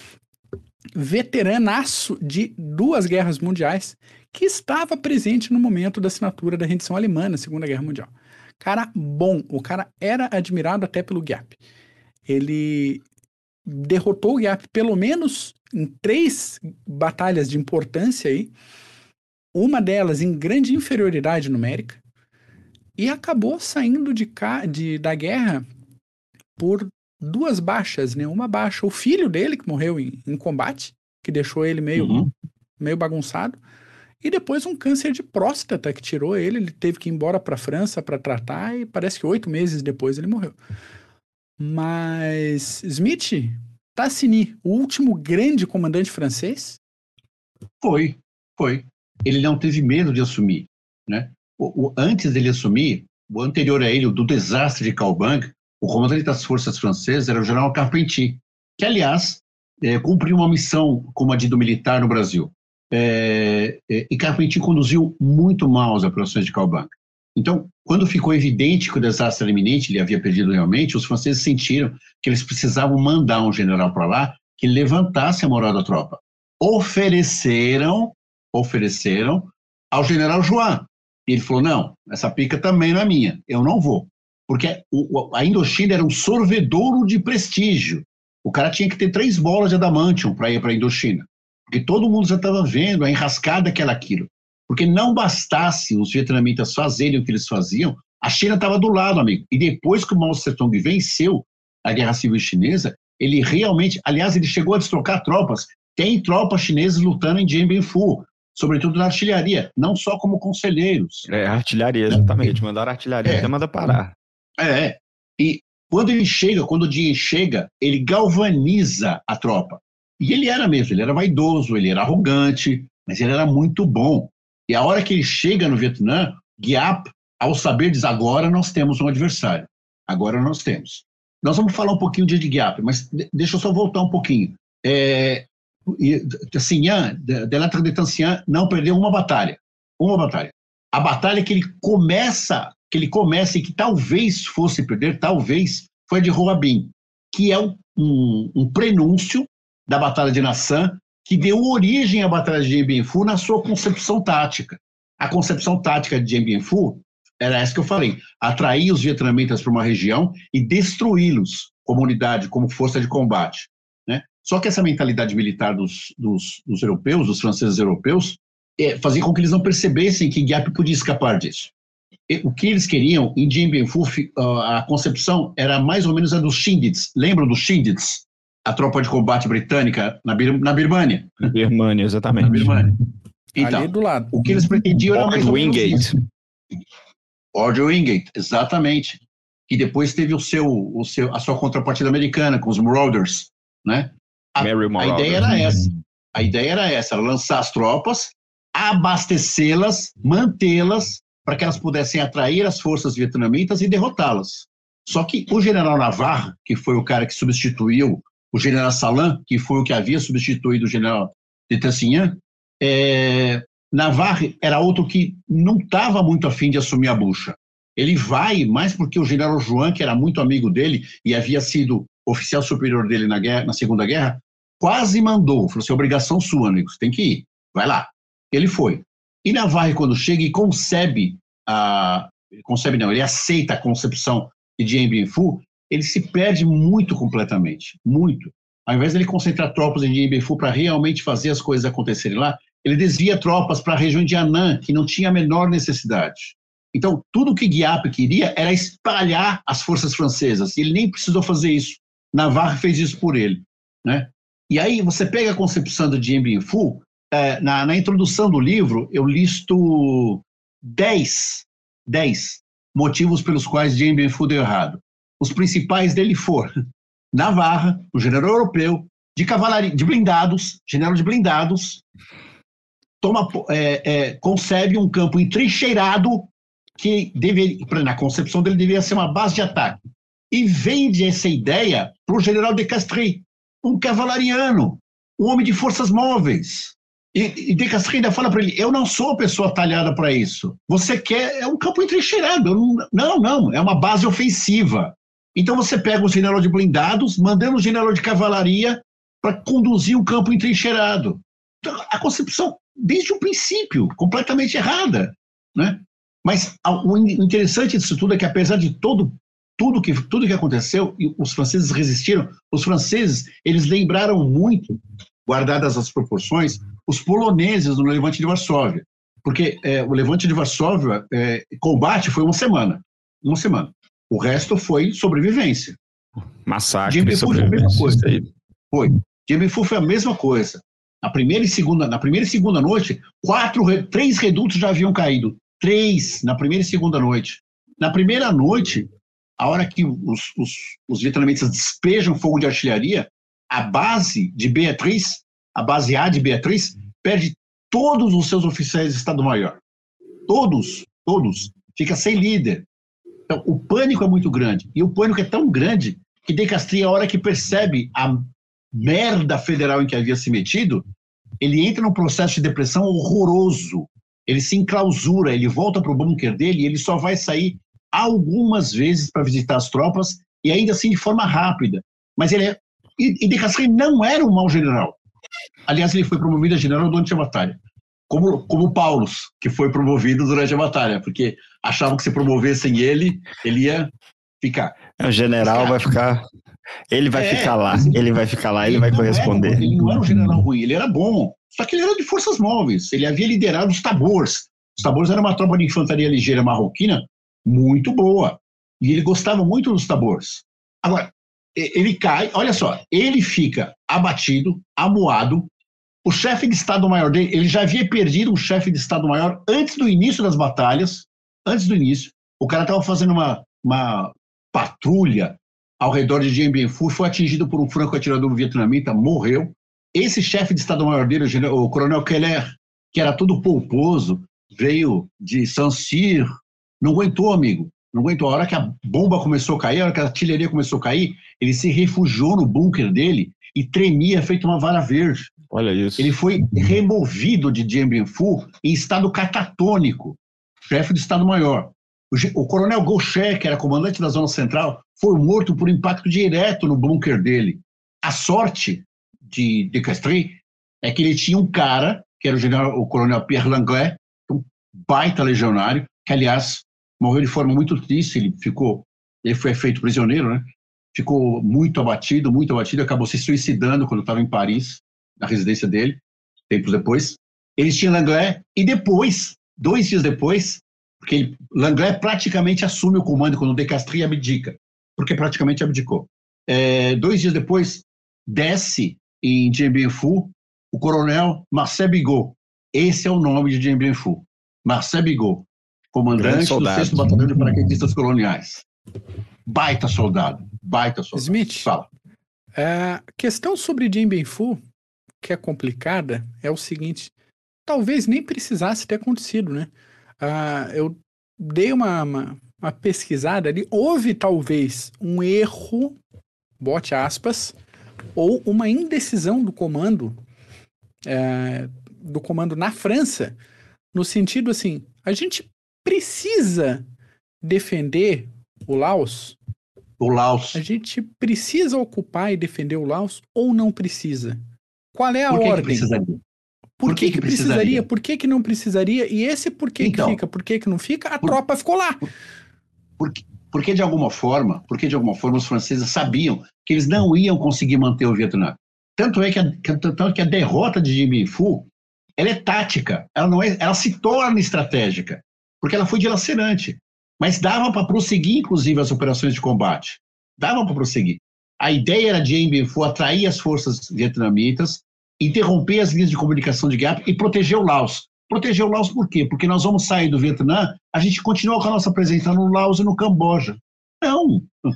Veteranaço de 2 guerras mundiais, que estava presente no momento da assinatura da rendição alemã na Segunda Guerra Mundial. Cara bom, o cara era admirado até pelo Giap. Ele derrotou o Giap pelo menos em 3 batalhas de importância aí, uma delas em grande inferioridade numérica, e acabou saindo da guerra por 2 baixas, né? Uma baixa, o filho dele, que morreu em combate, que deixou ele meio bagunçado, e depois um câncer de próstata que tirou ele teve que ir embora para a França para tratar, e parece que 8 meses depois ele morreu. Mas Smith, Tassigny, o último grande comandante francês? Foi. Ele não teve medo de assumir, né? Antes dele assumir, o anterior a ele, o do desastre de Calbang, o comandante das forças francesas era o general Carpentier, que, aliás, cumpriu uma missão como a de militar no Brasil. E Carpentier conduziu muito mal as operações de Calbang. Então, quando ficou evidente que o desastre era iminente, ele havia perdido realmente, os franceses sentiram que eles precisavam mandar um general para lá que levantasse a moral da tropa. Ofereceram ao general Juin. E ele falou, não, essa pica também não é minha, eu não vou. Porque a Indochina era um sorvedouro de prestígio. O cara tinha que ter 3 bolas de adamantium para ir para a Indochina. Porque todo mundo já estava vendo a enrascada que era aquilo. Porque não bastasse os vietnamitas fazerem o que eles faziam, a China estava do lado, amigo. E depois que o Mao Tse-tung venceu a Guerra Civil Chinesa, ele realmente, aliás, ele chegou a deslocar tropas. Tem tropas chinesas lutando em Dien Bien Phu, sobretudo na artilharia, não só como conselheiros. Artilharia, exatamente. Mandaram artilharia até manda parar. E quando o Dien chega, ele galvaniza a tropa. E ele era mesmo, ele era vaidoso, ele era arrogante, mas ele era muito bom. E a hora que ele chega no Vietnã, Giap, ao saber, diz, agora nós temos um adversário. Agora nós temos. Nós vamos falar um pouquinho de Giap, mas deixa eu só voltar um pouquinho. Delattre de Tancien não perdeu uma batalha. A batalha que ele começa e que talvez fosse perder, foi a de Hoa Binh, que é um prenúncio da Batalha de Nha San, que deu origem à Batalha de Dien Bien Phu na sua concepção tática. A concepção tática de Dien Bien Phu era essa que eu falei, atrair os vietnamitas para uma região e destruí-los como unidade, como força de combate. Né? Só que essa mentalidade militar dos europeus, dos franceses europeus, fazia com que eles não percebessem que Giap podia escapar disso. O que eles queriam, em Dien Bien Phu, a concepção era mais ou menos a dos Chindits. Lembram dos Chindits? A tropa de combate britânica na Birmânia. Birmânia, exatamente. Na Birmânia. Então, ali do lado. O que eles pretendiam era mais ou menos isso. Lord Wingate, exatamente. Que depois teve a sua contrapartida americana, com os Marauders. Né? A ideia era essa, lançar as tropas, abastecê-las, mantê-las, para que elas pudessem atrair as forças vietnamitas e derrotá-las. Só que o general Navarre, que foi o cara que substituiu o general Salan, que foi o que havia substituído o general de Tassigny, Navarre era outro que não estava muito afim de assumir a bucha. Ele vai, mais porque o general Juin, que era muito amigo dele e havia sido oficial superior dele na Segunda Guerra, quase mandou, falou assim, obrigação sua, amigo, você tem que ir, vai lá. Ele foi. E Navarre, quando chega e ele aceita a concepção de Dien Bien Phu, ele se perde muito completamente, muito. Ao invés de ele concentrar tropas em Dien Bien Phu para realmente fazer as coisas acontecerem lá, ele desvia tropas para a região de Annan, que não tinha a menor necessidade. Então, tudo o que Giap queria era espalhar as forças francesas, e ele nem precisou fazer isso. Navarre fez isso por ele. Né? E aí, você pega a concepção do Dien Bien Phu, na introdução do livro, eu listo 10 motivos pelos quais Dien Bien Phu deu errado. os principais dele foram Navarra, o general europeu, de cavalaria, de blindados, general de blindados, concebe um campo entrincheirado que na concepção dele deveria ser uma base de ataque. E vende essa ideia para o general de Castries, um cavalariano, um homem de forças móveis. E de Castries ainda fala para ele, eu não sou a pessoa talhada para isso. Você quer, é um campo entrincheirado. Não, é uma base ofensiva. Então você pega o general de blindados, mandando o general de cavalaria para conduzir um campo entrincheirado. Então, a concepção, desde o princípio, completamente errada, né? Mas o interessante disso tudo é que, apesar de tudo que aconteceu, e os franceses resistiram, os franceses, eles lembraram muito, guardadas as proporções, os poloneses no Levante de Varsóvia. Porque o Levante de Varsóvia, combate foi uma semana. O resto foi sobrevivência. Massacre e sobrevivência. Dien Phu foi a mesma coisa. Na primeira e segunda noite, 3 redutos já haviam caído. 3 na primeira e segunda noite. Na primeira noite, a hora que os vietnamitas despejam fogo de artilharia, a base de Beatriz, a base A de Beatriz, perde todos os seus oficiais de Estado-Maior. Todos. Fica sem líder. Então, o pânico é muito grande. E o pânico é tão grande que de Castries, a hora que percebe a merda federal em que havia se metido, ele entra num processo de depressão horroroso. Ele se enclausura, ele volta para o bunker dele e ele só vai sair algumas vezes para visitar as tropas e ainda assim de forma rápida. Mas e de Castries não era um mau general. Aliás, ele foi promovido a general durante a batalha. Como Paulus, que foi promovido durante a batalha, porque achavam que se promovessem ele ia ficar. O general vai ficar... Ele vai ficar lá, ele vai corresponder. Ele não era um general ruim, ele era bom. Só que ele era de forças móveis, ele havia liderado os tabors. Os tabors era uma tropa de infantaria ligeira marroquina muito boa. E ele gostava muito dos tabors. Agora, ele cai, olha só, ele fica abatido, amuado. O chefe de Estado-Maior dele, ele já havia perdido um chefe de Estado-Maior antes do início das batalhas. Antes do início. O cara estava fazendo uma patrulha ao redor de Dien Bien Phu, foi atingido por um franco-atirador vietnamita, morreu. Esse chefe de Estado-Maior dele, o coronel Keller, que era todo polposo, veio de Saint-Cyr, não aguentou, amigo. Não aguentou. A hora que a bomba começou a cair, a hora que a artilharia começou a cair, ele se refugiou no bunker dele e tremia feito uma vara verde. Olha isso. Ele foi removido de Dien Bien Phu em estado catatônico, chefe de Estado-Maior. O coronel Gauchet, que era comandante da Zona Central, foi morto por impacto direto no bunker dele. A sorte de Castries é que ele tinha um cara, que era o coronel Pierre Langlais, um baita legionário, que, aliás, morreu de forma muito triste. Ele foi feito prisioneiro, né? Ficou muito abatido, acabou se suicidando quando estava em Paris, na residência dele, tempos depois. Eles tinham Langlais, e depois, 2 dias depois, porque Langlais praticamente assume o comando quando de Castries abdica, porque praticamente abdicou. 2 dias depois, desce em Dien Bien Phu o coronel Marcel Bigot. Esse é o nome de Dien Bien Phu. Marcel Bigot, comandante do 6º Batalhão de Paraquedistas Coloniais. Baita soldado. Smith, fala. A questão sobre Dien Bien Phu, que é complicada, é o seguinte: talvez nem precisasse ter acontecido, né? Eu dei uma pesquisada ali, houve talvez um erro, bote aspas, ou uma indecisão do comando na França, no sentido assim, a gente precisa defender o Laos? A gente precisa ocupar e defender o Laos ou não precisa? Qual é a ordem? Por que precisaria? Por que não precisaria? E esse por que fica? Por que não fica? A tropa ficou lá. Porque de alguma forma os franceses sabiam que eles não iam conseguir manter o Vietnã. Tanto é que a derrota de Dien Bien Phu, ela é tática, ela se torna estratégica, porque ela foi dilacerante. Mas dava para prosseguir, inclusive, as operações de combate. Dava para prosseguir. A ideia era de Dien Bien Phu atrair as forças vietnamitas, interromper as linhas de comunicação de guerra e proteger o Laos. Proteger o Laos por quê? Porque nós vamos sair do Vietnã, a gente continua com a nossa presença no Laos e no Camboja. Não.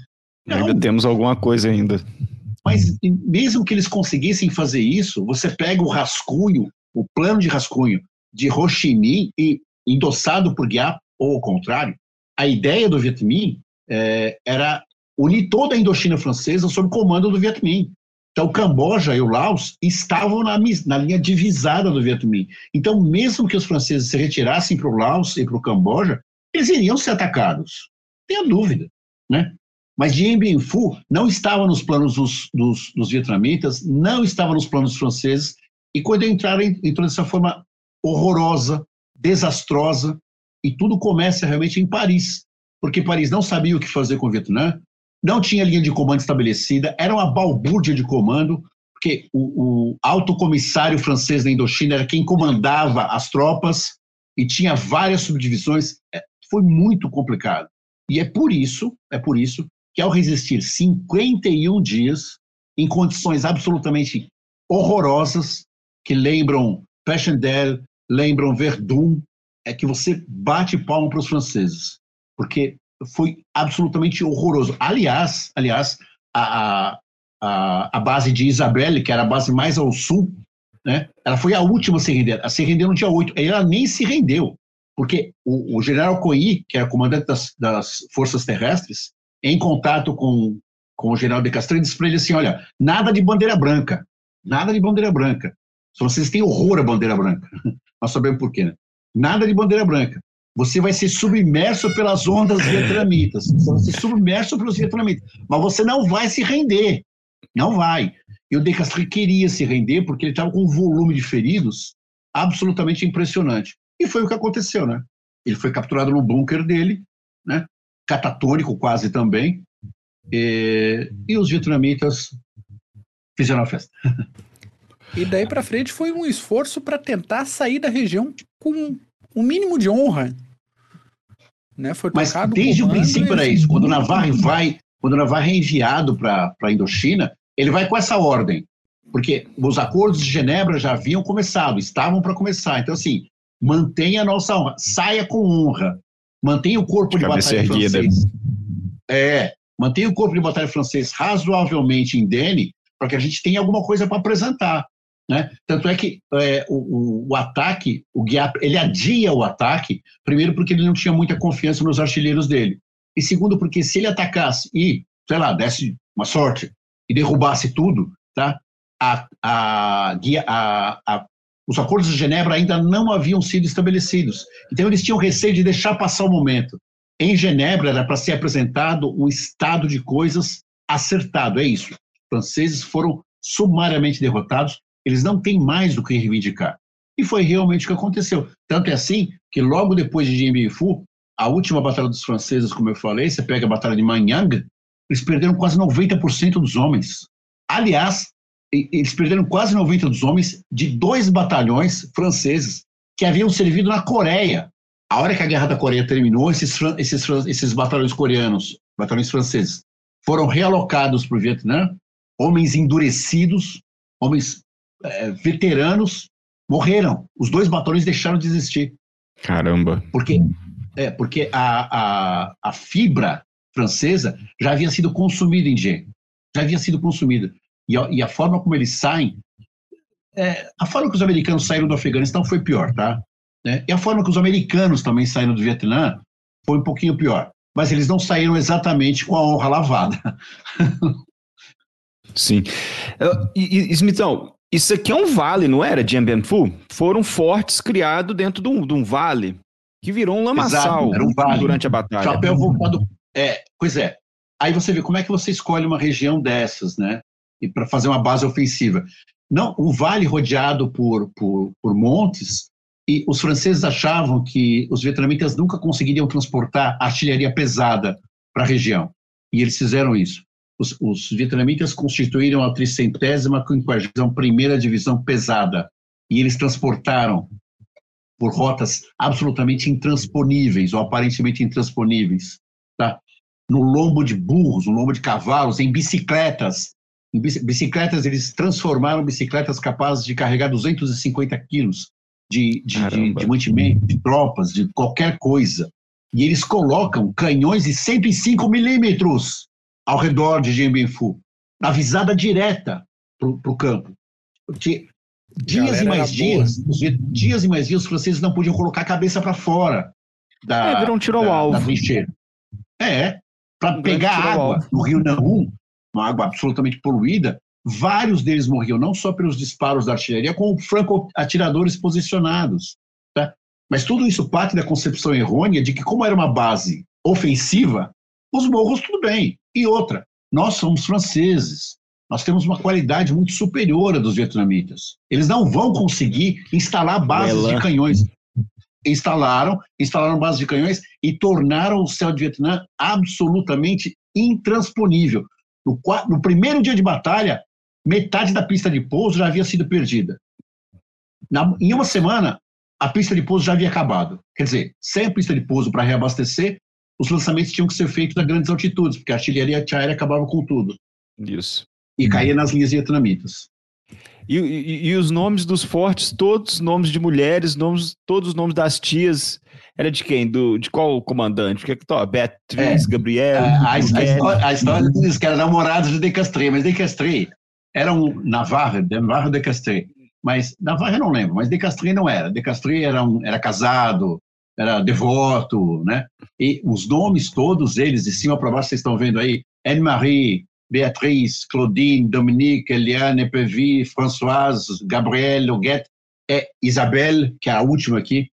Ainda temos alguma coisa ainda. Mas mesmo que eles conseguissem fazer isso, você pega o rascunho, o plano de rascunho de Ho Chi Minh e endossado por Giap, ou ao contrário, a ideia do Viet Minh era unir toda a Indochina francesa sob comando do Viet Minh. Então, o Camboja e o Laos estavam na linha divisada do Viet Minh. Então, mesmo que os franceses se retirassem para o Laos e para o Camboja, eles iriam ser atacados. Não tenha dúvida, né? Mas Dien Bien Phu não estava nos planos dos vietnamitas, não estava nos planos dos franceses, e quando entrou dessa forma horrorosa, desastrosa, e tudo começa realmente em Paris, porque Paris não sabia o que fazer com o Vietnã, não tinha linha de comando estabelecida, era uma balbúrdia de comando, porque o alto comissário francês da Indochina era quem comandava as tropas, e tinha várias subdivisões, foi muito complicado. E é por isso que ao resistir 51 dias, em condições absolutamente horrorosas, que lembram Passchendaele, lembram Verdun, é que você bate palma para os franceses, porque foi absolutamente horroroso. Aliás, a base de Isabelle, que era a base mais ao sul, né, ela foi a última a se render. A se rendeu no dia 8. Ela nem se rendeu, porque o general Coyi, que era comandante das forças terrestres, em contato com o general de Castro, disse para ele assim, olha, nada de bandeira branca. Os franceses têm horror à bandeira branca. Nós sabemos por quê, né? Nada de bandeira branca. Você vai ser submerso pelas ondas vietnamitas. Você vai ser submerso pelos vietnamitas. Mas você não vai se render. Não vai. E o de Castro queria se render porque ele estava com um volume de feridos absolutamente impressionante. E foi o que aconteceu, né? Ele foi capturado no bunker dele, né? Catatônico quase também. E os vietnamitas fizeram a festa. E daí para frente foi um esforço para tentar sair da região com o mínimo de honra. Né? Foi mas desde o princípio era isso. Quando o Navarre é enviado para a Indochina, ele vai com essa ordem. Porque os acordos de Genebra já haviam começado, estavam para começar. Então, assim, mantenha a nossa honra, saia com honra, mantenha o corpo de batalha francês. Mantenha o corpo de batalha francês razoavelmente indene, para que a gente tenha alguma coisa para apresentar. Né? Tanto é que o ataque, o Giap, ele adia o ataque, primeiro porque ele não tinha muita confiança nos artilheiros dele, e segundo porque se ele atacasse e, sei lá, desse uma sorte e derrubasse tudo, tá? Os acordos de Genebra ainda não haviam sido estabelecidos, então eles tinham receio de deixar passar o momento. Em Genebra era para ser apresentado um estado de coisas acertado, é isso. Os franceses foram sumariamente derrotados, eles não têm mais do que reivindicar. E foi realmente o que aconteceu. Tanto é assim que logo depois de Dien Bien Phu, a última batalha dos franceses, como eu falei, você pega a batalha de Manyang, eles perderam quase 90% dos homens. Aliás, eles perderam quase 90% dos homens de 2 batalhões franceses que haviam servido na Coreia. A hora que a Guerra da Coreia terminou, esses batalhões coreanos, batalhões franceses, foram realocados para o Vietnã, homens endurecidos, homens veteranos, morreram. Os 2 batalhões deixaram de existir. Caramba! Porque a fibra francesa já havia sido consumida em Dien. Já havia sido consumida. E a forma como eles saem... a forma que os americanos saíram do Afeganistão foi pior, tá? E a forma que os americanos também saíram do Vietnã foi um pouquinho pior. Mas eles não saíram exatamente com a honra lavada. Sim. Smithão, isso aqui é um vale, não era? Dien Bien Phu? Foram fortes criados dentro de um vale que virou um lamaçal. Era um vale. Durante a batalha. Chapéu voltado. Pois é. Aí você vê como é que você escolhe uma região dessas, né? E para fazer uma base ofensiva. Não, um vale rodeado por montes, e os franceses achavam que os vietnamitas nunca conseguiriam transportar artilharia pesada para a região. E eles fizeram isso. Os vietnamitas constituíram a 351ª Divisão Pesada, e eles transportaram por rotas absolutamente intransponíveis, ou aparentemente intransponíveis, tá? No lombo de burros, no lombo de cavalos, em bicicletas. Bicicletas, eles transformaram bicicletas capazes de carregar 250 quilos de mantimento, de tropas, de qualquer coisa. E eles colocam canhões de 105 milímetros ao redor de Dien Bien Phu, na visada direta para o campo. Porque dias e mais dias, os franceses não podiam colocar a cabeça para fora virou um tiro ao alvo. Da trincheira. Para pegar água no rio Nahum, uma água absolutamente poluída, vários deles morriam, não só pelos disparos da artilharia, como franco-atiradores posicionados. Tá? Mas tudo isso parte da concepção errônea de que, como era uma base ofensiva, os morros tudo bem. E outra, nós somos franceses, nós temos uma qualidade muito superior à dos vietnamitas. Eles não vão conseguir instalar bases de canhões. Instalaram bases de canhões e tornaram o céu de Vietnã absolutamente intransponível. No primeiro dia de batalha, metade da pista de pouso já havia sido perdida. Em uma semana, a pista de pouso já havia acabado. Quer dizer, sem a pista de pouso para reabastecer, os lançamentos tinham que ser feitos a grandes altitudes, porque a artilharia antiaérea acabava com tudo. Isso. E caía nas linhas vietnamitas. E os nomes dos fortes, todos nomes de mulheres, todos os nomes das tias, era de quem? De qual comandante? Porque, Beatriz, Gabriel... A história diz que era namorado de Descastré, mas Descastré era um Navarre de Castré. Mas Navarre eu não lembro, mas Descastré não era. Descastré era casado, era devoto, né? E os nomes, todos eles, de cima para baixo, vocês estão vendo aí, Anne-Marie, Beatriz, Claudine, Dominique, Eliane, Epevi, Françoise, Gabrielle, Huguette, Isabelle, que é a última aqui,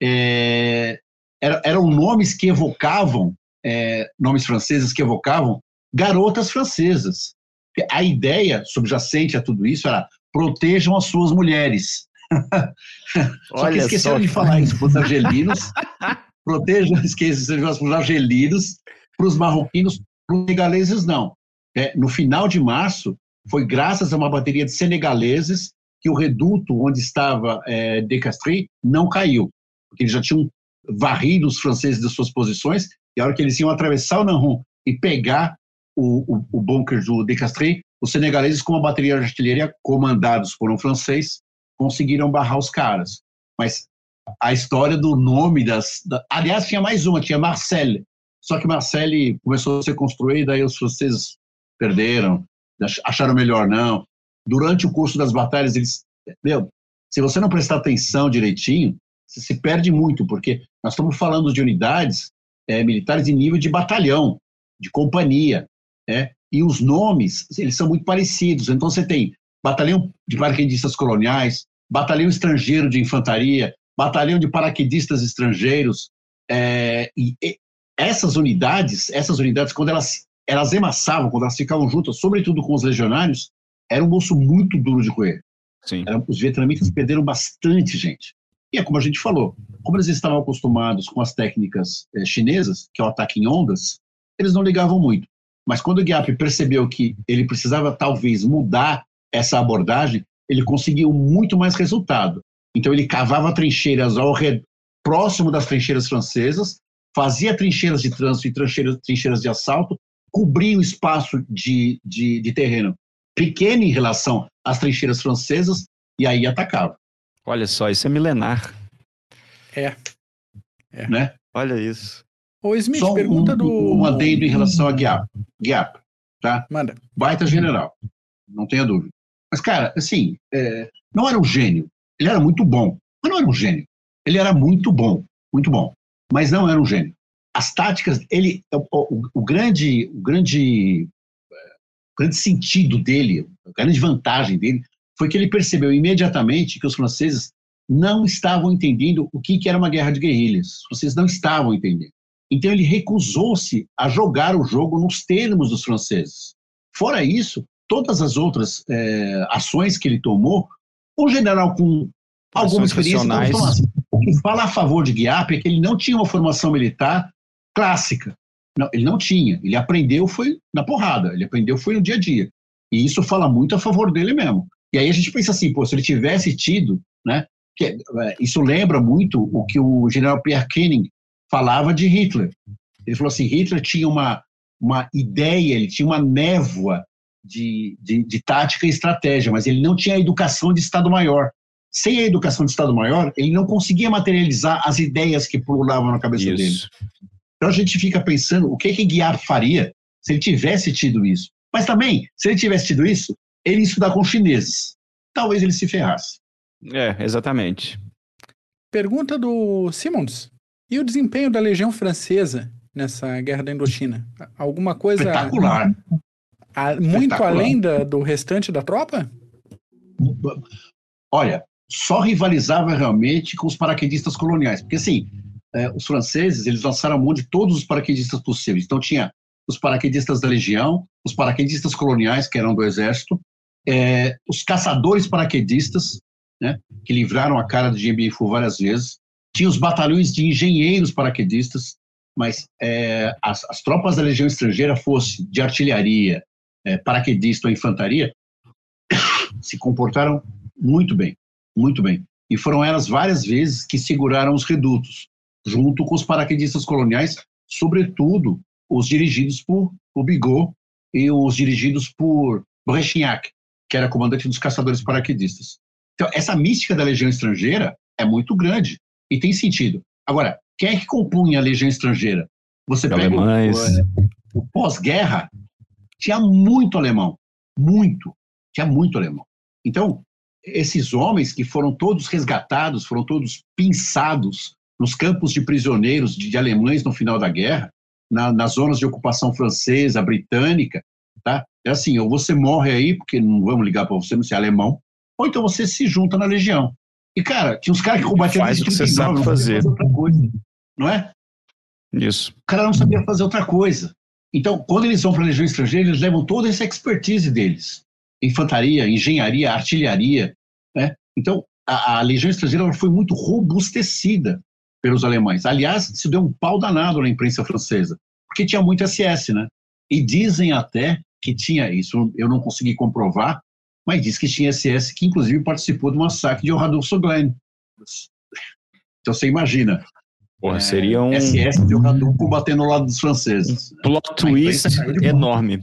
eram nomes que evocavam, nomes franceses que evocavam garotas francesas. A ideia subjacente a tudo isso era protejam as suas mulheres. Só que esqueceram de falar isso para os argelinos, esqueceram para os argelinos, para os marroquinos, para os senegaleses não. No final de março, foi graças a uma bateria de senegaleses que o reduto onde estava Descastré não caiu, porque eles já tinham varrido os franceses de suas posições, e a hora que eles iam atravessar o Nahum e pegar o bunker do Descastré, os senegaleses, com uma bateria de artilharia comandados por um francês, conseguiram barrar os caras. Mas a história do nome aliás, tinha mais uma, tinha Marcelle, só que Marcelle começou a ser construída, aí os franceses perderam, acharam melhor não. Durante o curso das batalhas, se você não prestar atenção direitinho, você se perde muito, porque nós estamos falando de unidades militares em nível de batalhão, de companhia, e os nomes, eles são muito parecidos. Então você tem batalhão de paraquedistas coloniais, batalhão estrangeiro de infantaria, batalhão de paraquedistas estrangeiros, e essas unidades, quando elas emassavam, quando elas ficavam juntas, sobretudo com os legionários, era um osso muito duro de roer. Sim. Os vietnamitas perderam bastante gente. E é como a gente falou, como eles estavam acostumados com as técnicas chinesas, que é o ataque em ondas, eles não ligavam muito. Mas quando o Giap percebeu que ele precisava talvez mudar essa abordagem, ele conseguiu muito mais resultado. Então ele cavava trincheiras próximo das trincheiras francesas, fazia trincheiras de trânsito e trincheiras de assalto, cobria o espaço de terreno pequeno em relação às trincheiras francesas e aí atacava. Olha só, isso é milenar. Né? Olha isso. Ô, Smith, só pergunta um adendo em relação a Giap, tá? Manda. Baita general, não tenha dúvida. Mas, cara, assim, não era um gênio. Ele era muito bom, mas não era um gênio. Ele era muito bom, mas não era um gênio. As táticas, o grande sentido dele, a grande vantagem dele, foi que ele percebeu imediatamente que os franceses não estavam entendendo o que era uma guerra de guerrilhas. Os franceses não estavam entendendo. Então ele recusou-se a jogar o jogo nos termos dos franceses. Fora isso, todas as outras ações que ele tomou, um general com alguma experiência, o que fala a favor de Giap é que ele não tinha uma formação militar clássica. Não, ele não tinha. Ele aprendeu foi na porrada, ele aprendeu foi no dia a dia. E isso fala muito a favor dele mesmo. E aí a gente pensa assim, se ele tivesse tido, né, isso lembra muito o que o general Pierre Koenig falava de Hitler. Ele falou assim, Hitler tinha uma ideia, ele tinha uma névoa de tática e estratégia, mas ele não tinha a educação de Estado-Maior. Sem a educação de Estado-Maior, ele não conseguia materializar as ideias que pululavam na cabeça dele. Então a gente fica pensando, o que Giap faria se ele tivesse tido isso. Mas também, se ele tivesse tido isso, ele ia estudar com chineses. Talvez ele se ferrasse. Exatamente. Pergunta do Simons. E o desempenho da Legião Francesa nessa Guerra da Indochina? Alguma coisa... Espetacular. Muito além do restante da tropa? Olha, só rivalizava realmente com os paraquedistas coloniais. Porque, assim, os franceses, eles lançaram mão de todos os paraquedistas possíveis. Então, tinha os paraquedistas da Legião, os paraquedistas coloniais, que eram do Exército, os caçadores paraquedistas, né, que livraram a cara de Dien Bien Phu várias vezes, tinha os batalhões de engenheiros paraquedistas, mas as tropas da Legião Estrangeira, fosse de artilharia, paraquedista ou infantaria, se comportaram muito bem, muito bem. E foram elas várias vezes que seguraram os redutos, junto com os paraquedistas coloniais, sobretudo os dirigidos por Bigot e os dirigidos por Brechignac, que era comandante dos caçadores paraquedistas. Então, essa mística da Legião Estrangeira é muito grande e tem sentido. Agora, quem é que compunha a Legião Estrangeira? Você pega o pós-guerra, tinha muito alemão, tinha muito alemão. Então, esses homens que foram todos resgatados, foram todos pinçados nos campos de prisioneiros de alemães no final da guerra, nas zonas de ocupação francesa, britânica, tá? É assim, ou você morre aí, porque não vamos ligar para você não ser alemão, ou então você se junta na Legião. E, cara, tinha uns caras que combatiam faz o que você sabe fazer. Outra coisa, não é? Isso. O cara não sabia fazer outra coisa. Então, quando eles vão para a Legião Estrangeira, eles levam toda essa expertise deles. Infantaria, engenharia, artilharia, né? Então, a Legião Estrangeira foi muito robustecida pelos alemães. Aliás, isso deu um pau danado na imprensa francesa, porque tinha muito SS, né? E dizem até que tinha, isso eu não consegui comprovar, mas diz que tinha SS que inclusive participou do massacre de Oradour-sur-Glane. Então você imagina. Porra, seria um SS de Oradour combatendo ao lado dos franceses. Plot twist enorme.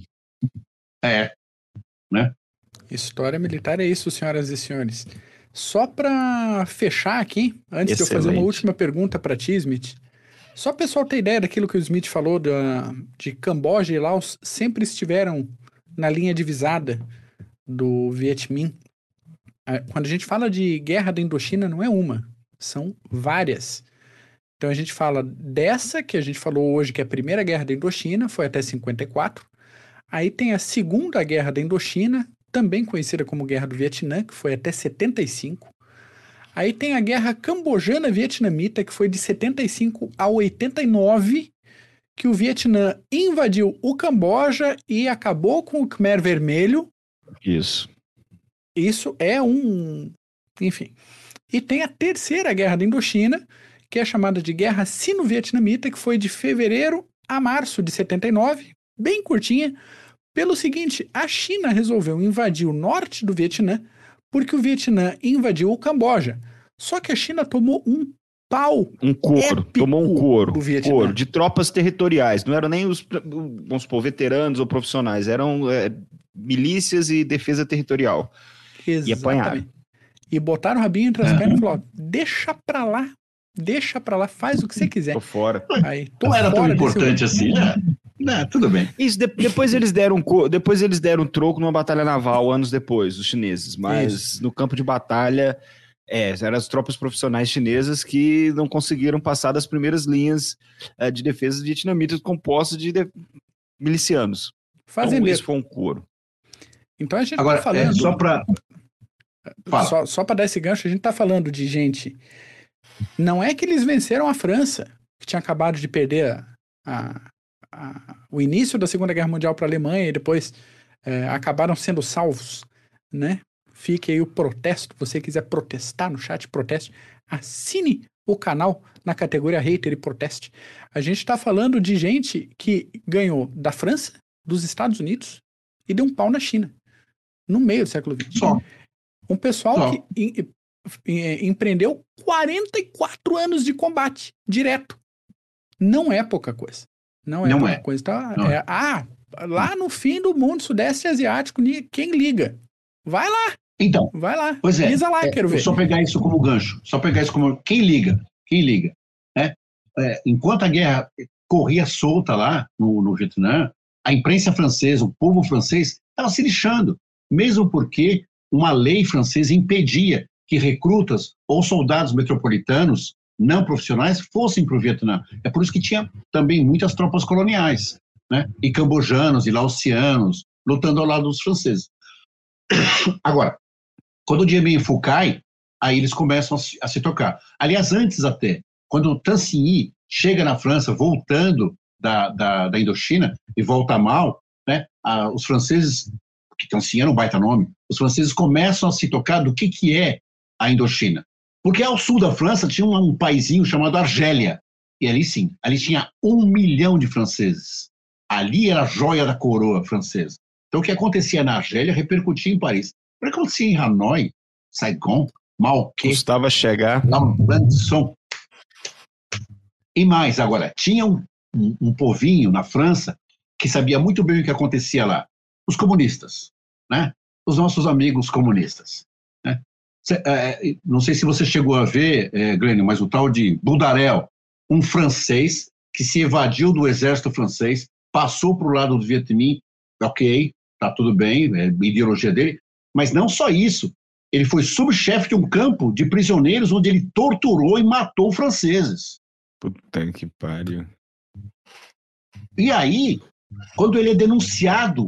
Né? História militar é isso, senhoras e senhores. Só para fechar aqui, antes de eu fazer uma última pergunta para ti, Smith, só o pessoal ter ideia daquilo que o Smith falou de Camboja e Laos sempre estiveram na linha divisada do Viet Minh. Quando a gente fala de guerra da Indochina, não é uma, são várias. Então a gente fala dessa que a gente falou hoje, que é a primeira guerra da Indochina, foi até 54. Aí tem a segunda guerra da Indochina, também conhecida como Guerra do Vietnã, que foi até 75. Aí tem a Guerra Cambojana-Vietnamita, que foi de 75 a 89, que o Vietnã invadiu o Camboja e acabou com o Khmer Vermelho. Isso. Isso é enfim. E tem a terceira Guerra da Indochina, que é chamada de Guerra Sino-Vietnamita, que foi de fevereiro a março de 79, bem curtinha. Pelo seguinte, a China resolveu invadir o norte do Vietnã porque o Vietnã invadiu o Camboja. Só que a China tomou um pau. Um couro. Tomou um couro. Do Vietnã. Couro de tropas territoriais. Não eram nem os, vamos supor, veteranos ou profissionais. Eram milícias e defesa territorial. Exatamente. E apanharam. E botaram o rabinho entre as pernas e falaram, deixa pra lá, faz o que você quiser. Tô fora. Aí, não era tão importante assim, né? Não, tudo bem. Isso, depois eles deram troco numa batalha naval anos depois, os chineses, mas no campo de batalha eram as tropas profissionais chinesas que não conseguiram passar das primeiras linhas de defesa vietnamitas compostas de milicianos. Então, isso foi um couro. Então a gente agora, tá falando... Só para dar esse gancho, a gente tá falando de gente... Não é que eles venceram a França, que tinha acabado de perder o início da Segunda Guerra Mundial para a Alemanha e depois acabaram sendo salvos, né? Fique aí o protesto, você quiser protestar no chat, proteste, assine o canal na categoria hater e proteste. A gente está falando de gente que ganhou da França, dos Estados Unidos e deu um pau na China, no meio do século XX. Um pessoal que empreendeu 44 anos de combate direto. Não é pouca coisa. Não é pouca coisa. Então, lá no fim do mundo sudeste asiático, quem liga? Vai lá. Então. Vai lá. Pois é. Pisa lá, quero ver. Só pegar isso como gancho. Quem liga? Né? Enquanto a guerra corria solta lá no Vietnã, a imprensa francesa, o povo francês, estava se lixando, mesmo porque uma lei francesa impedia que recrutas ou soldados metropolitanos não profissionais fossem para o Vietnã. É por isso que tinha também muitas tropas coloniais, né? E cambojanos, e laosianos, lutando ao lado dos franceses. Agora, quando o Dien Bien Phu cai, aí eles começam a se tocar. Aliás, antes até, quando o Tan Son Nhi chega na França, voltando da Indochina, e volta mal, né? Os franceses, que Tan Son Nhi era um baita nome, os franceses começam a se tocar do que é a Indochina. Porque ao sul da França tinha um paizinho chamado Argélia, e ali sim, ali tinha 1 milhão de franceses. Ali era a joia da coroa francesa. Então o que acontecia na Argélia repercutia em Paris. O que acontecia em Hanoi, Saigon, Maoké, custava chegar. Lambeson. E mais, agora, tinha um povinho na França que sabia muito bem o que acontecia lá. Os comunistas, né? Os nossos amigos comunistas. Né? Não sei se você chegou a ver, Glênio, mas o tal de Budarel, um francês que se evadiu do exército francês, passou para o lado do Viet Minh, ok, tá tudo bem, é a ideologia dele, mas não só isso, ele foi subchefe de um campo de prisioneiros onde ele torturou e matou franceses. Puta que pariu. E aí, quando ele é denunciado,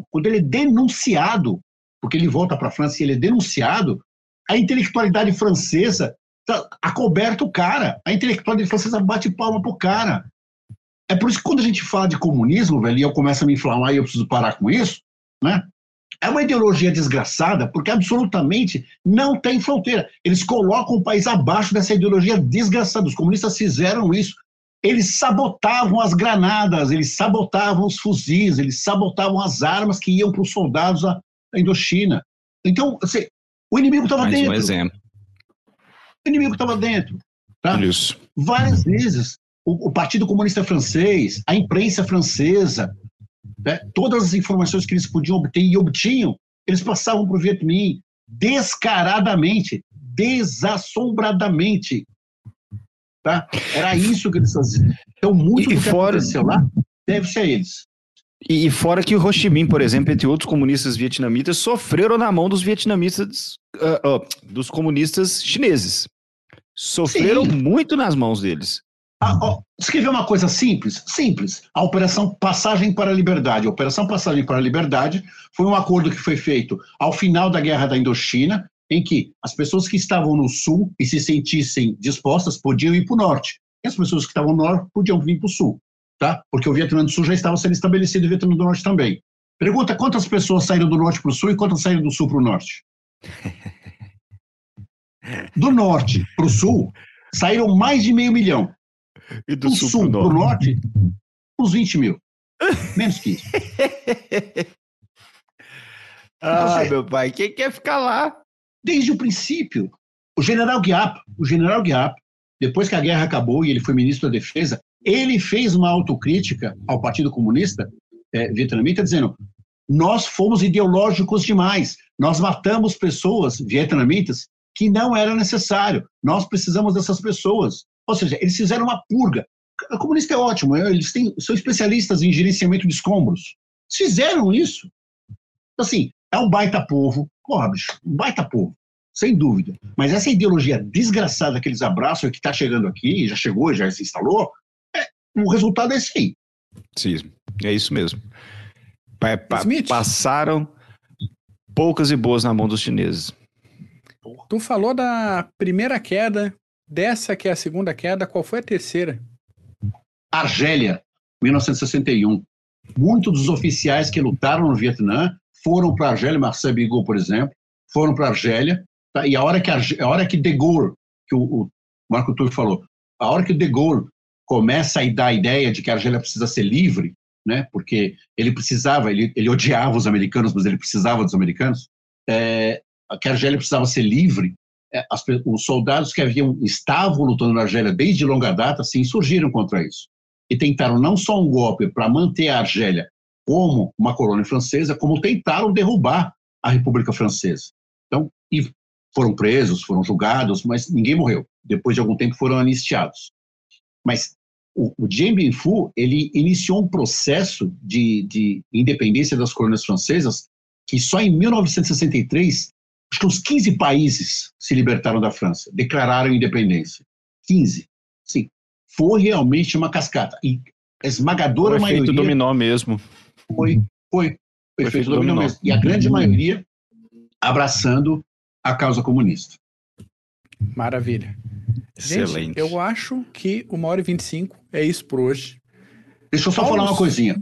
porque ele volta para a França e ele é denunciado, a intelectualidade francesa acoberta o cara, a intelectualidade francesa bate palma pro cara. É por isso que quando a gente fala de comunismo, velho, e eu começo a me inflamar e eu preciso parar com isso, né? É uma ideologia desgraçada, porque absolutamente não tem fronteira. Eles colocam o país abaixo dessa ideologia desgraçada. Os comunistas fizeram isso. Eles sabotavam as granadas, eles sabotavam os fuzis, eles sabotavam as armas que iam para os soldados da Indochina. Então, assim, o inimigo estava dentro. Mais um exemplo. O inimigo estava dentro. Tá? Isso. Várias vezes, o Partido Comunista Francês, a imprensa francesa, né, todas as informações que eles podiam obter e obtinham, eles passavam para o Viet Minh descaradamente, desassombradamente. Tá? Era isso que eles faziam. Então, muito do que aconteceu lá deve-se a eles. E fora que o Ho Chi Minh, por exemplo, entre outros comunistas vietnamitas, sofreram na mão dos vietnamitas, dos comunistas chineses. Sofreram muito nas mãos deles. Escrever uma coisa simples. A Operação Passagem para a Liberdade. A Operação Passagem para a Liberdade foi um acordo que foi feito ao final da Guerra da Indochina, em que as pessoas que estavam no sul e se sentissem dispostas podiam ir para o norte. E as pessoas que estavam no norte podiam vir para o sul. Tá? Porque o Vietnã do Sul já estava sendo estabelecido e o Vietnã do Norte também. Pergunta quantas pessoas saíram do norte para o sul e quantas saíram do sul para o norte. Do norte para o sul, saíram mais de 500 mil. E do sul para o norte, uns 20 mil. Menos que isso. Meu pai, quem quer ficar lá? Desde o princípio, o general Giap, depois que a guerra acabou e ele foi ministro da Defesa, ele fez uma autocrítica ao Partido Comunista vietnamita, dizendo: nós fomos ideológicos demais, nós matamos pessoas vietnamitas que não era necessário, nós precisamos dessas pessoas. Ou seja, eles fizeram uma purga. O comunista é ótimo, eles são especialistas em gerenciamento de escombros. Eles fizeram isso. Assim, é um baita povo, bicho, um baita povo, sem dúvida. Mas essa ideologia desgraçada que eles abraçam e que está chegando aqui, já chegou, já se instalou, o resultado é esse aí. Sim, é isso mesmo. Passaram poucas e boas na mão dos chineses. Tu falou da primeira queda, dessa que é a segunda queda, qual foi a terceira? Argélia, 1961. Muitos dos oficiais que lutaram no Vietnã foram para a Argélia, Marcel Bigot, por exemplo, foram para a Argélia, tá? E a hora que De Gaulle, que o Marco Túlio falou, a hora que o De Gaulle começa a dar a ideia de que a Argélia precisa ser livre, né? Porque ele precisava, ele odiava os americanos, mas ele precisava dos americanos, que a Argélia precisava ser livre, os soldados que estavam lutando na Argélia desde longa data se insurgiram contra isso. E tentaram não só um golpe para manter a Argélia como uma colônia francesa, como tentaram derrubar a República Francesa. Então, e foram presos, foram julgados, mas ninguém morreu. Depois de algum tempo foram anistiados. Mas o Dien Bien Phu, ele iniciou um processo de independência das colônias francesas que só em 1963, acho que uns 15 países se libertaram da França, declararam independência. 15. Sim, foi realmente uma cascata. E a esmagadora maioria... Foi efeito dominó mesmo. Foi efeito dominó mesmo. E a grande maioria abraçando a causa comunista. Maravilha. Excelente. Gente, eu acho que 1h25 é isso por hoje. Deixa eu só falar uma coisinha.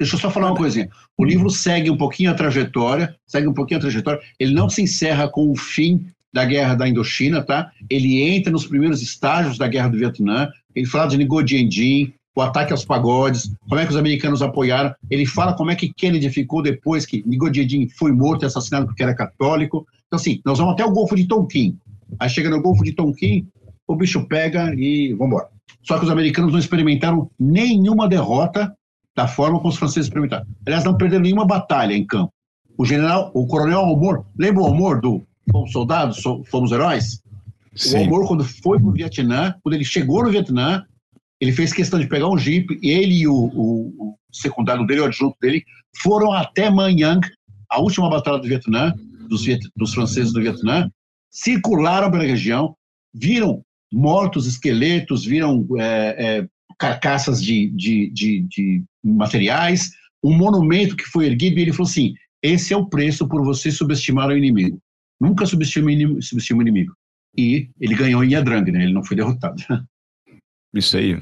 O livro segue um pouquinho a trajetória. Ele não se encerra com o fim da Guerra da Indochina, tá? Ele entra nos primeiros estágios da Guerra do Vietnã. Ele fala de Ngo Dien Dinh, o ataque aos pagodes, como é que os americanos apoiaram. Ele fala como é que Kennedy ficou depois que Ngo Dien Dinh foi morto e assassinado porque era católico. Então, assim, nós vamos até o Golfo de Tonquim. Aí chega no Golfo de Tonquim, o bicho pega e vamos embora. Só que os americanos não experimentaram nenhuma derrota da forma como os franceses experimentaram. Aliás, não perderam nenhuma batalha em campo. O coronel Almor, lembra o Almor do Fomos Soldados, Fomos Heróis? Sim. O Almor, quando foi para o Vietnã, quando ele chegou no Vietnã, ele fez questão de pegar um jipe, ele e o secundário dele, o adjunto dele, foram até Mae Yang, a última batalha do Vietnã, dos franceses do Vietnã, circularam pela região, viram mortos, esqueletos, viram carcaças de materiais, um monumento que foi erguido, e ele falou assim, esse é o preço por você subestimar o inimigo. Nunca subestima o inimigo. E ele ganhou em Nha Trang, né? Ele não foi derrotado. Isso aí.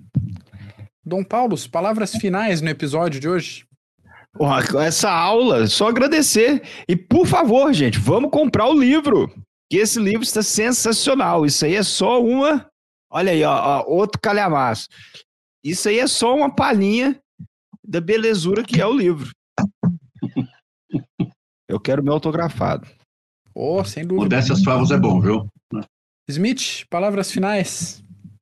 Dom Paulo, palavras finais no episódio de hoje? Essa aula, só agradecer. E, por favor, gente, vamos comprar o livro. Que esse livro está sensacional. Isso aí é só uma... Olha aí, outro calhamaço. Isso aí é só uma palhinha da belezura que é o livro. Eu quero meu autografado. Sem dúvida. Modéstias favos é bom, viu? Smith, palavras finais.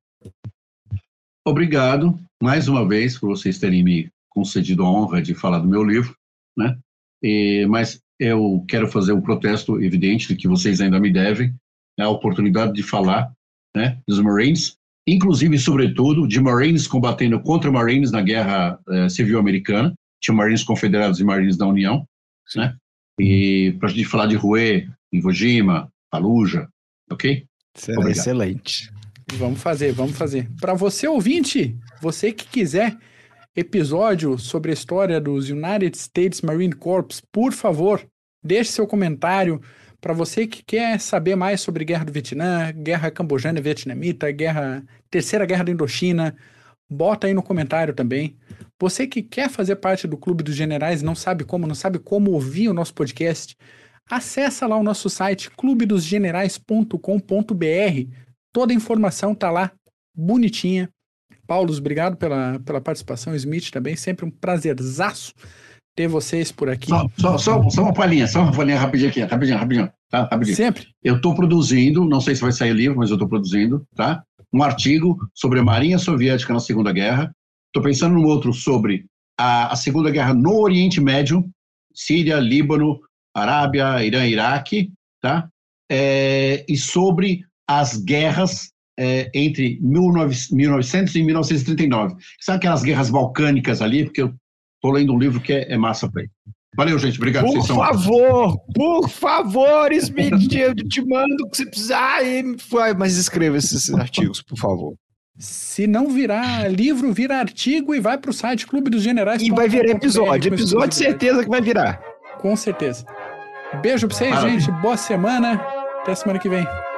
Obrigado, mais uma vez, por vocês terem me concedido a honra de falar do meu livro, né? Mas eu quero fazer um protesto evidente de que vocês ainda me devem a oportunidade de falar, né, dos Marines, inclusive, sobretudo, de Marines combatendo contra Marines na Guerra Civil Americana. Tinha Marines confederados e Marines da União, né? E para a gente falar de Hue, Iwo Jima, Fallujah, ok? Excelente. Vamos fazer. Para você, ouvinte, você que quiser episódio sobre a história dos United States Marine Corps, por favor, deixe seu comentário. Para você que quer saber mais sobre Guerra do Vietnã, Guerra Cambojana e Vietnamita, Terceira Guerra da Indochina, bota aí no comentário também. Você que quer fazer parte do Clube dos Generais, não sabe como ouvir o nosso podcast, acessa lá o nosso site clubedosgenerais.com.br. Toda a informação tá lá, bonitinha. Paulo, obrigado pela participação. Smith também, sempre um prazerzaço ter vocês por aqui. Só uma palhinha rapidinho aqui, rapidinho. Sempre. Eu estou produzindo, não sei se vai sair o livro, mas eu estou produzindo, tá? Um artigo sobre a Marinha Soviética na Segunda Guerra. Estou pensando num outro sobre a Segunda Guerra no Oriente Médio, Síria, Líbano, Arábia, Irã, Iraque, tá? E sobre as guerras entre 1900 e 1939. Sabe aquelas guerras balcânicas ali? Porque eu estou lendo um livro que é massa para ele. Valeu, gente. Obrigado. Por favor, Smith, eu te mando o que você precisar. Mas escreva esses artigos, por favor. Se não virar livro, vira artigo e vai para o site Clube dos Generais. E vai virar episódio. Episódio, certeza que vai virar. Com certeza. Beijo para vocês, gente. Boa semana. Até semana que vem.